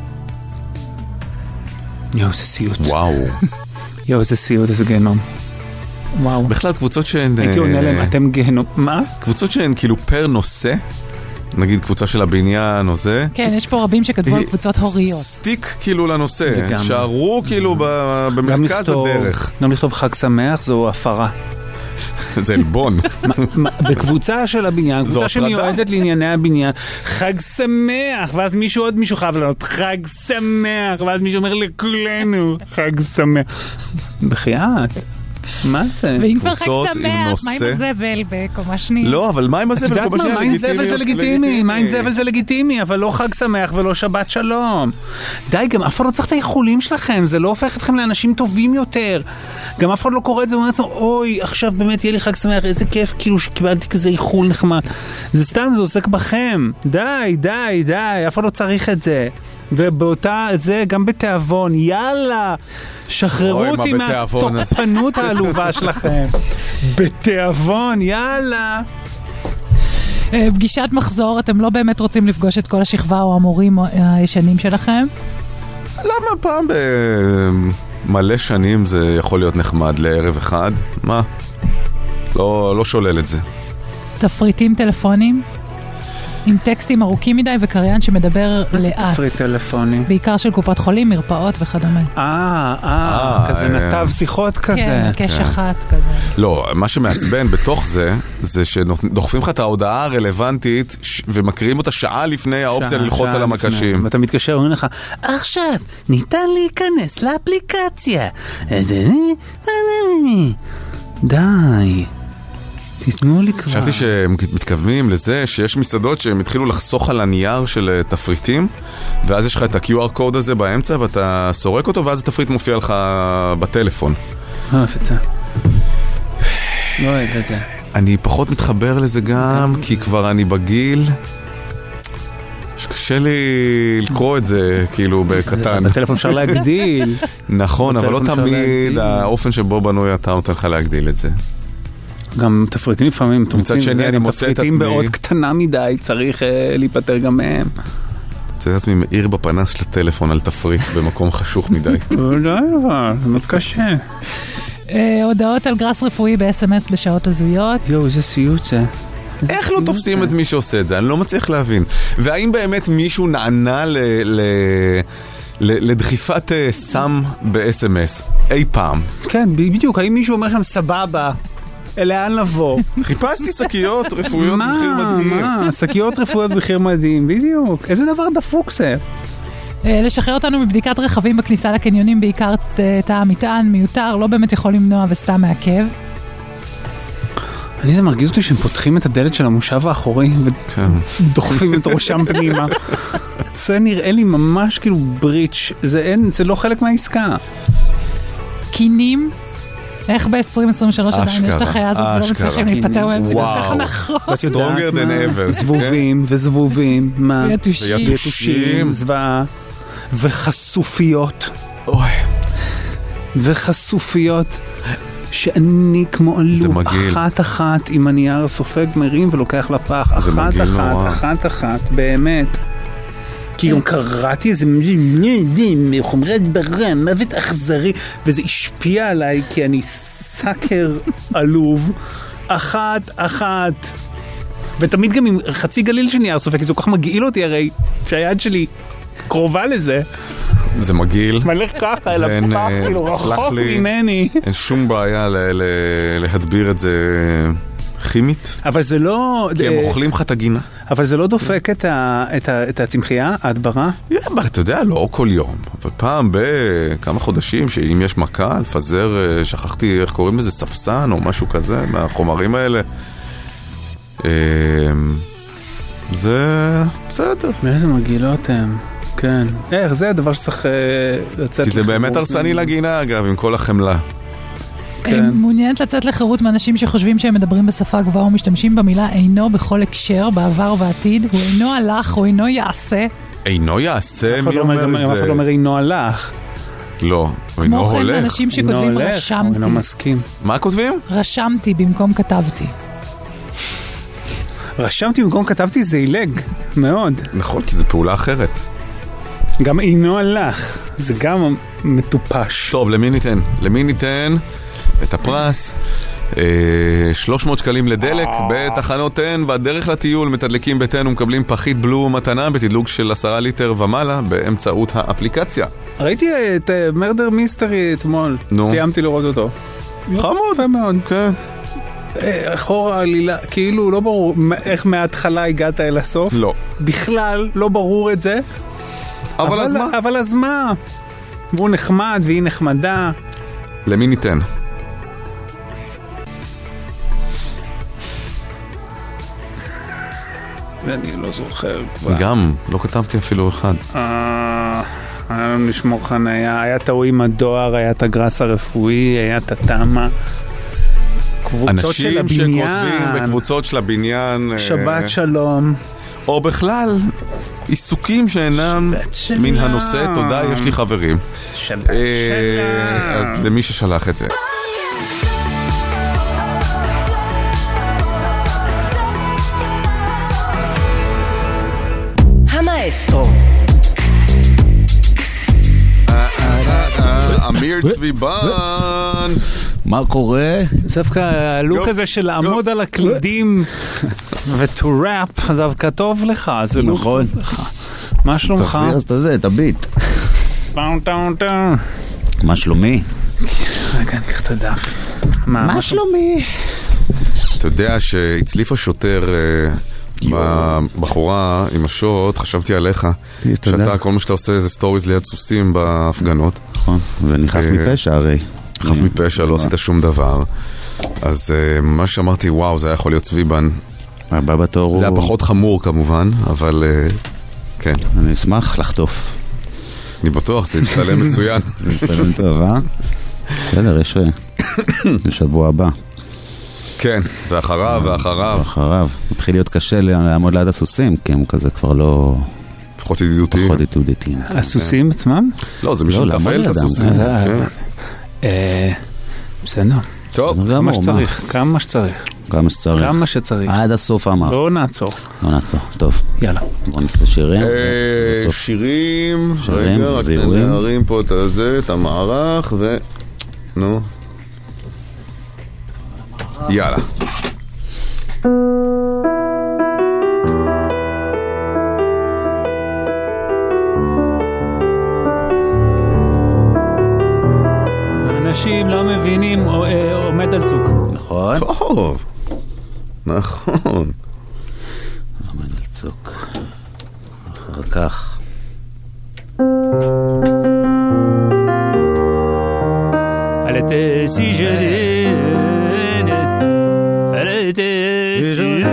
יואו, זה סיוט. וואו. יואו, זה סיוט, איזה גנום. וואו. בכלל קבוצות שהן... הייתי עונה להם, אתם גנום. מה? קבוצות שהן כאילו פר נושא. נגיד קבוצה של הבניין או זה. כן, יש פה רבים שכתבו על קבוצות הוריות. סטיק כאילו לנושא. שערו כאילו במרכז הדרך. גם לכתוב חג שמח זו הפרה. זה אלבון. בקבוצה של הבניין, קבוצה שמיועדת לענייני הבניין, חג שמח, ואז מישהו עוד מישהו חייב לענות, חג שמח, ואז מישהו אומר לכולנו, חג שמח. בחייאת. מה זה? ואם כבר חג קבוצות עם שמח, מה עם נושא- הזבל בקומה שנייה? לא, אבל מה עם את הזבל? יודעת כל מה, שנייה מה עם זבל זה לגיטימי, מה עם לגיטימי. זבל זה לגיטימי, אבל לא חג שמח ולא שבת שלום. די, גם אף אחד לא צריך את האיחולים שלכם, זה לא הופך אתכם לאנשים טובים יותר. גם אף אחד לא קורא את זה ואומר לעצמו, אוי, עכשיו באמת יהיה לי חג שמח, איזה כיף כאילו שקיבלתי כזה איחול נחמד. זה סתם, זה עוסק בכם. די, די, די, אף אחד לא צריך את זה. ובאותה, זה גם בתיאבון, יאללה, שחררו אוי, מה אותי בתיאבון הזה? מהתוקפנות העלובה שלכם. בתיאבון, יאללה. אה, פגישת מחזור, אתם לא באמת רוצים לפגוש את כל השכבה או המורים הישנים שלכם? למה פעם במלא שנים זה יכול להיות נחמד לערב אחד? מה? לא, לא שולל את זה. תפריטים טלפונים? עם טקסטים ארוכים מדי וקריין שמדבר איזה לאט. תפריט טלפוני? בעיקר של קופת חולים, מרפאות וכדומה. אה, אה, כזה אה, נתב שיחות כזה. כן, קש אחת כזה. לא, מה שמעצבן בתוך זה, זה שדוחפים לך את ההודעה הרלוונטית ש- ומקריאים אותה שעה לפני האופציה שעה, ללחוץ שעה על לפני. המקשים. ואתה מתקשר, אומרים לך, עכשיו, ניתן להיכנס לאפליקציה. איזה... די. תיתנו לי כבר. חשבתי שהם מתכוונים לזה שיש מסעדות שהם התחילו לחסוך על הנייר של אה, תפריטים, ואז יש לך את ה-קיו אר קוד הזה באמצע ואתה סורק אותו, ואז התפריט מופיע לך בטלפון. לא אוהב את זה. לא אוהב את זה. אני פחות מתחבר לזה גם, כי כבר אני בגיל שקשה לי לקרוא את זה כאילו בקטן. בטלפון אפשר להגדיל. נכון, אבל לא בטלפון אפשר תמיד להגדיל. האופן שבו בנוי אתה נותן לך להגדיל את זה. גם תפריטים לפעמים, מצד שני אני מוצא את תפריטים עצמי- בעוד קטנה מדי, צריך אה, להיפטר גם מהם. מוצא את עצמי מאיר בפנס של הטלפון על תפריט במקום חשוך מדי. לא, אבל, זה מאוד קשה. אה, הודעות על גרס רפואי ב-אס אם אס בשעות הזויות. יואו, איזה סיוט זה. איך לא תופסים את מי שעושה את זה? אני לא מצליח להבין. והאם באמת מישהו נענה ל... ל... ל- לדחיפת אה, סם ב-אס אם אס אי פעם? כן, בדיוק, האם מישהו אומר שם סבבה, לאן לבוא? חיפשתי שקיות רפואיות מה, במחיר מדהים. מה, שקיות רפואיות במחיר מדהים, בדיוק. איזה דבר דפוק זה. אה, לשחרר אותנו מבדיקת רכבים בכניסה לקניונים, בעיקר ת- תא המטען, מיותר, לא באמת יכול למנוע וסתם מעכב. אני זה מרגיז אותי שהם פותחים את הדלת של המושב האחורי כן. ודוחפים את ראשם פנימה. זה נראה לי ממש כאילו בריץ', זה אין, זה לא חלק מהעסקה. קינים, איך ב-עשרים עשרים ושלוש עדיין יש את החיה הזאת ולא אשכרה. מצליחים להיפטר מהם, זה וואו. בסך נכון. ואת יודעת Stronger מה? than ever. זבובים וזבובים, מה? ויתושים. יתושים, זוועה. וחשופיות. אוי. וחשופיות. שאני כמו עלוב מגעיל. אחת אחת עם הנייר הסופג מרים ולוקח לפח. זה אחת מגעיל אחת, נורא. אחת אחת, באמת. כי גם קראתי איזה חומרי הדברה, מוות אכזרי, וזה השפיע עליי כי אני סאקר עלוב. אחת אחת. ותמיד גם עם חצי גליל של נייר סופג, כי זה כל כך מגעיל אותי הרי, שהיד שלי קרובה לזה. זה מגעיל. מלך ככה אל ואין, הפח, אה, כאילו סלח רחוק לי, ממני. אין שום בעיה ל- ל- להדביר את זה כימית, אבל זה לא... כי הם אה, אוכלים לך את הגינה. אבל זה לא דופק את ה- את ה- את הצמחייה, ההדברה? אבל אתה יודע, לא כל יום, אבל פעם בכמה חודשים, שאם יש מכה, לפזר, אה, שכחתי איך קוראים לזה, ספסן או משהו כזה, מהחומרים האלה. אה, זה בסדר. מאיזה מגעילות הם. כן. איך, זה הדבר שצריך אה, לצאת... כי זה לחירות. באמת הרסני לגינה, אגב, עם כל החמלה. כן. מעוניינת לצאת לחירות מאנשים שחושבים שהם מדברים בשפה גבוהה ומשתמשים במילה אינו בכל הקשר, בעבר ועתיד, הוא אינו הלך, הוא אינו יעשה. אינו יעשה, מי אומר את אף אחד זה? לא אומר אינו הלך. לא, הוא אינו כמו כן, הולך. אנשים שכותבים אינו רשמתי. אינו מסכים. מה כותבים? רשמתי במקום כתבתי. רשמתי במקום כתבתי זה אילג, מאוד. נכון, כי זו פעולה אחרת. גם אינו הלך, זה גם מטופש. טוב, למי ניתן? למי ניתן את הפרס? אה, שלוש מאות שקלים לדלק בתחנות N, והדרך לטיול מתדלקים ביתנו מקבלים פחית בלו מתנה בתדלוק של עשרה ליטר ומעלה באמצעות האפליקציה. ראיתי את מרדר מיסטרי אתמול, נו. סיימתי לראות אותו. חמוד. יפה מאוד. כן. אחורה העלילה, כאילו לא ברור איך מההתחלה הגעת אל הסוף. לא. בכלל לא ברור את זה. אבל אז מה? אבל אז מה? והוא נחמד והיא נחמדה. למי ניתן? ואני לא זוכר כבר. גם, לא כתבתי אפילו אחד. אה, היה לנו לשמור חניה, היה טעו עם הדואר, היה את הגרס הרפואי, היה את התאמה. קבוצות של אנשים הבניין. שכותבים בקבוצות של הבניין. שבת אה, שלום. או בכלל, עיסוקים שאינם מן הנושא, תודה, יש לי חברים. שבת אה, שלום. אז למי ששלח את זה. המאסטרו. אמיר צביבן. מה קורה? דווקא הלוק הזה של לעמוד על הקלידים וטו ראפ, דווקא טוב לך, זה לוק טוב לך. מה שלומך? תחזיר את זה, את הביט. טאון טאון טאון. מה שלומי? רגע, אני אקח את הדף. מה שלומי? אתה יודע שהצליף השוטר בבחורה עם השוט, חשבתי עליך, שאתה כל מה שאתה עושה זה סטוריז ליד סוסים בהפגנות. נכון, ואני חף מפשע הרי. חף מפשע, לא עשית שום דבר. אז מה שאמרתי, וואו, זה היה יכול להיות צביבן. הבא בתור זה היה פחות חמור כמובן, אבל כן. אני אשמח לחטוף. אני בטוח, זה יצטלם מצוין. זה יצטלם טוב, אה? בסדר, יש שבוע הבא. כן, ואחריו, ואחריו. ואחריו. מתחיל להיות קשה לעמוד ליד הסוסים, כי הם כזה כבר לא... פחות ידידותיים. פחות ידידותיים. הסוסים עצמם? לא, זה מישהו מתפעל את הסוסים. בסדר. טוב. כמה שצריך, כמה שצריך. כמה שצריך. כמה שצריך. עד הסוף אמר. לא נעצור. לא נעצור, טוב. יאללה. בוא נעשה שירים. שירים. שירים, זיהויים. נערים פה את הזה, את המערך, ו... נו. יאללה. אנשים לא מבינים, עומד על צוק. נכון. טוב. נכון. עומד על צוק. אחר כך. Elle était si jolie, elle était si jolie.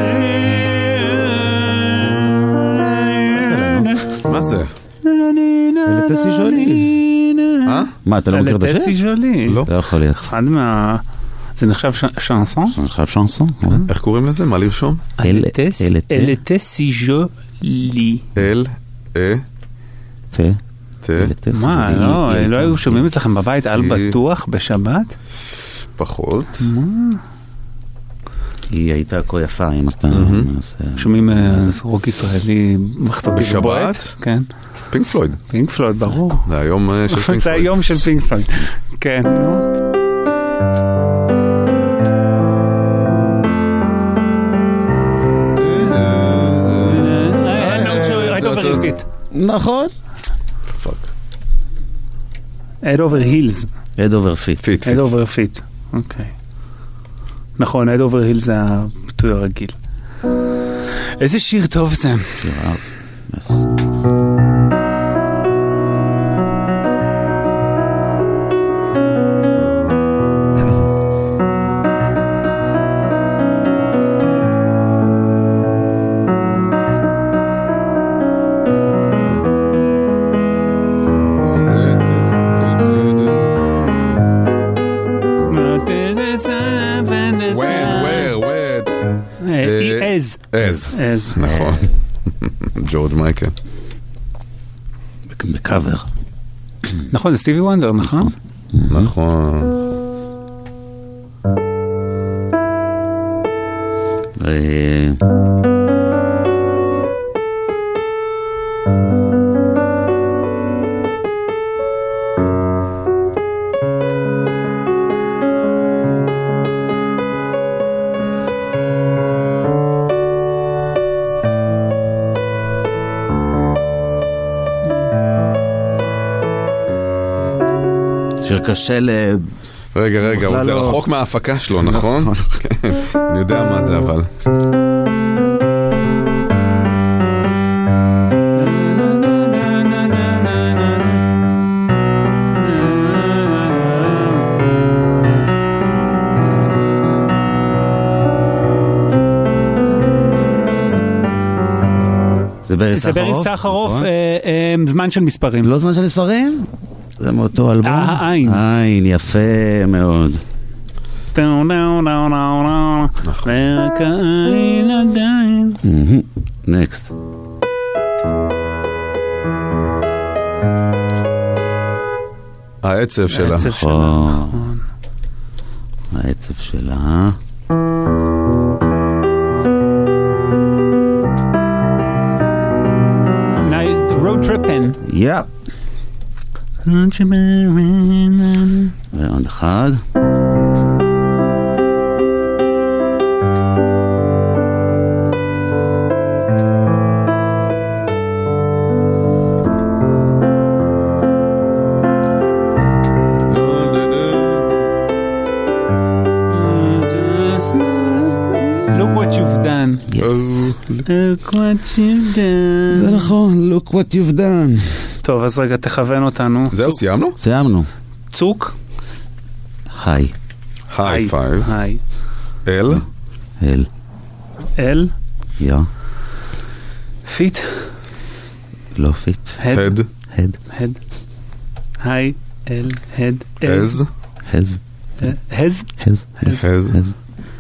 מה זה? Elle était si jolie. אה? מה, אתה לא מכיר את השם? Elle était si jolie. לא. לא יכול להיות. אחד מה... זה נחשב שנסון? זה נחשב שנסון. איך קוראים לזה? מה לרשום? Elle était si jolie. אל, אה, תה. מה, לא, לא היו שומעים אצלכם בבית על בטוח בשבת? פחות. היא הייתה כה יפה, אם אתה... שומעים רוק ישראלי מחתרתי בבועט? בשבת? כן. פינק פלויד. פינק פלויד, ברור. זה היום של פינק פלויד. זה היום של פינק פלויד. כן, נו. נכון. Head over heels. Head over feet. Head over feet. אוקיי. נכון, Head over heels זה הביטוי הרגיל. איזה שיר טוב זה. שיר אהב. Yes. אז. נכון. ג'ורג' מייקל. בקאבר. נכון, זה סטיבי וונדר, נכון? נכון. שיר קשה ל... רגע, רגע, זה רחוק מההפקה שלו, נכון? כן, אני יודע מה זה, אבל... זה ברי זה ברי סחרוף? סחרוף, נכון. אה, אה, זמן של מספרים. לא זמן של מספרים? זה מאותו אלבום? העין. העין, יפה מאוד. נקסט. העצב שלה. נכון. העצב שלה. road tripping. יפ. ועוד אחד. Look what you've done. זה נכון, look what you've done. טוב, אז רגע, תכוון אותנו. זהו, סיימנו? סיימנו. צוק? היי. היי פייב. היי. אל? אל. אל? יא. פיט? לא פיט. הד? הד. הד. היי, אל, הד, אז? הז. הז? הז. הז.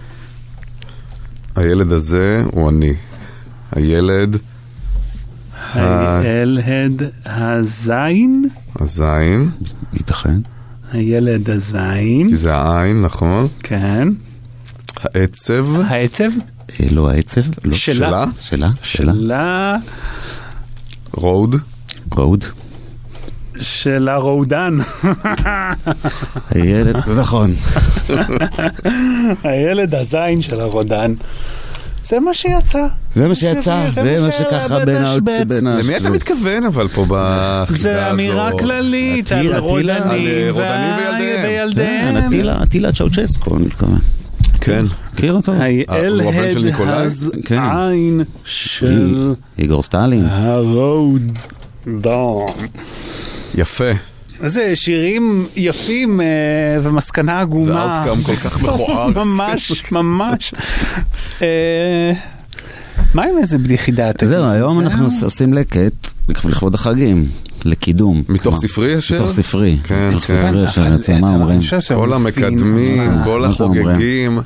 הילד הזה הוא אני. הילד... הילד הזין? הזין. ייתכן. הילד הזין. כי זה העין, נכון? כן. העצב. העצב? לא העצב. שלה. שלה. שלה. רוד. רוד. שלה רודן. הילד, נכון. הילד הזין של הרודן. זה מה שיצא. זה מה שיצא, זה מה שככה בין ה... למי אתה מתכוון אבל פה בחידה הזו? זה אמירה כללית על רודנים וילדיהם. הטילה צ'אוצ'סקו, אני מתכוון. כן. מכיר אותו? הילד הזין של... איגור סטלין. הרודן. יפה. זה שירים יפים ומסקנה עגומה. זה אאוטקאם כל כך מכוער. ממש, ממש. מה עם איזה בדיחידה? זהו, היום אנחנו עושים לקט לכבוד החגים, לקידום. מתוך ספרי השיר? מתוך ספרי. כן, כן. השיר, מה אומרים? כל המקדמים, כל החוגגים.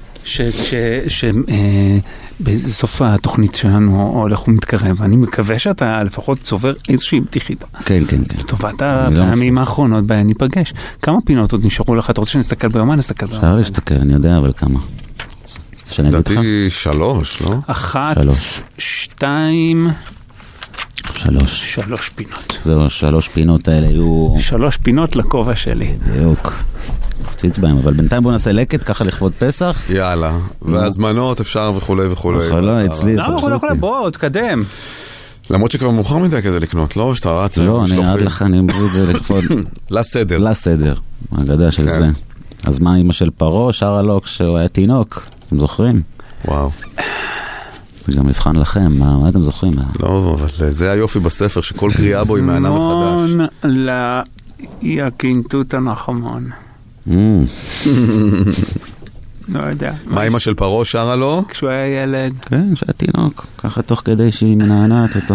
שבסוף התוכנית שלנו הולך ומתקרב, אני מקווה שאתה לפחות צובר איזושהי בדיחידה. כן, כן, כן. לטובת הפעמים האחרונות בהן ניפגש. כמה שפינות עוד נשארו לך? אתה רוצה שנסתכל ביומן? נסתכל ביומן. אפשר להסתכל, אני יודע, אבל כמה. לדעתי שלוש, לא? אחת, שתיים, שלוש. שלוש פינות. זהו, שלוש פינות האלה יהיו... שלוש פינות לכובע שלי. בדיוק. נפציץ בהם, אבל בינתיים בוא נעשה לקט, ככה לכבוד פסח. יאללה. והזמנות אפשר וכולי וכולי. לא, אצלי. לא, וכולי וכולי, בוא, תקדם. למרות שכבר מאוחר מדי כדי לקנות, לא? שאתה רץ... לא, אני עד לך, אני אמרו את זה לכבוד... לסדר. לסדר. ההגדה של זה. אז מה אמא של פרו, שרה לו כשהוא היה תינוק? אתם זוכרים? וואו. זה גם מבחן לכם, מה אתם זוכרים? לא, אבל זה היופי בספר, שכל קריאה בו היא מענה מחדש. זמון ליקינטות הנחמון. לא יודע. מה אמא של פרו שרה לו? כשהוא היה ילד. כן, שהיה תינוק, ככה תוך כדי שהיא מנענעת אותו.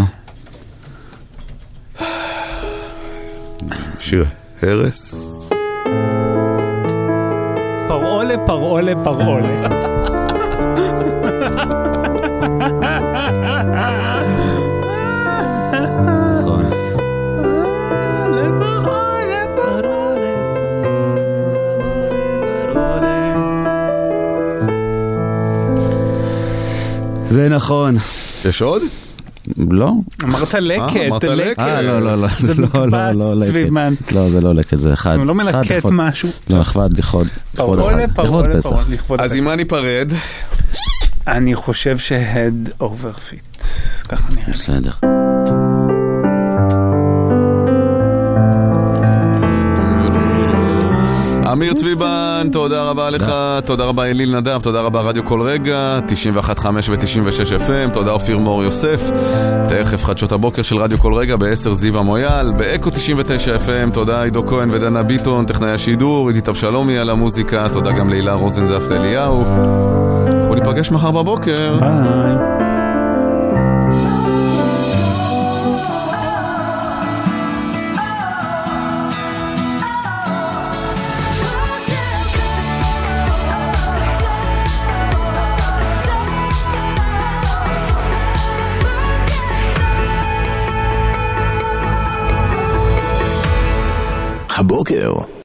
שיר הרס. פרעולה, פרעולה, פרעולה. נכון. זה נכון. יש עוד? לא. אמרת לקט. אמרת לקט. אה, לא, לא, לא. זה מקבץ סביבמן. לא, זה לא לקט, זה אחד. הוא לא מלקט משהו. לא, לכבוד, לכבוד. פרעולה, פרעולה, פרעולה. אז עם מה ניפרד? אני חושב שהד אוברפיט. ככה נראה לי. בסדר. אמיר צביבן, תודה רבה לך, תודה רבה אליל נדב, תודה רבה רדיו כל רגע, תשעים ואחת נקודה חמש ו-תשעים ושש אף אם, תודה אופיר מור יוסף, תכף חדשות הבוקר של רדיו כל רגע ב-עשר זיווה מויאל, באקו תשעים ותשע אף אם, תודה עידו כהן ודנה ביטון, טכנאי השידור, איתי טוב שלומי על המוזיקה, תודה גם לילה רוזנזפט אליהו, אנחנו ניפגש מחר בבוקר. ביי. הבוקר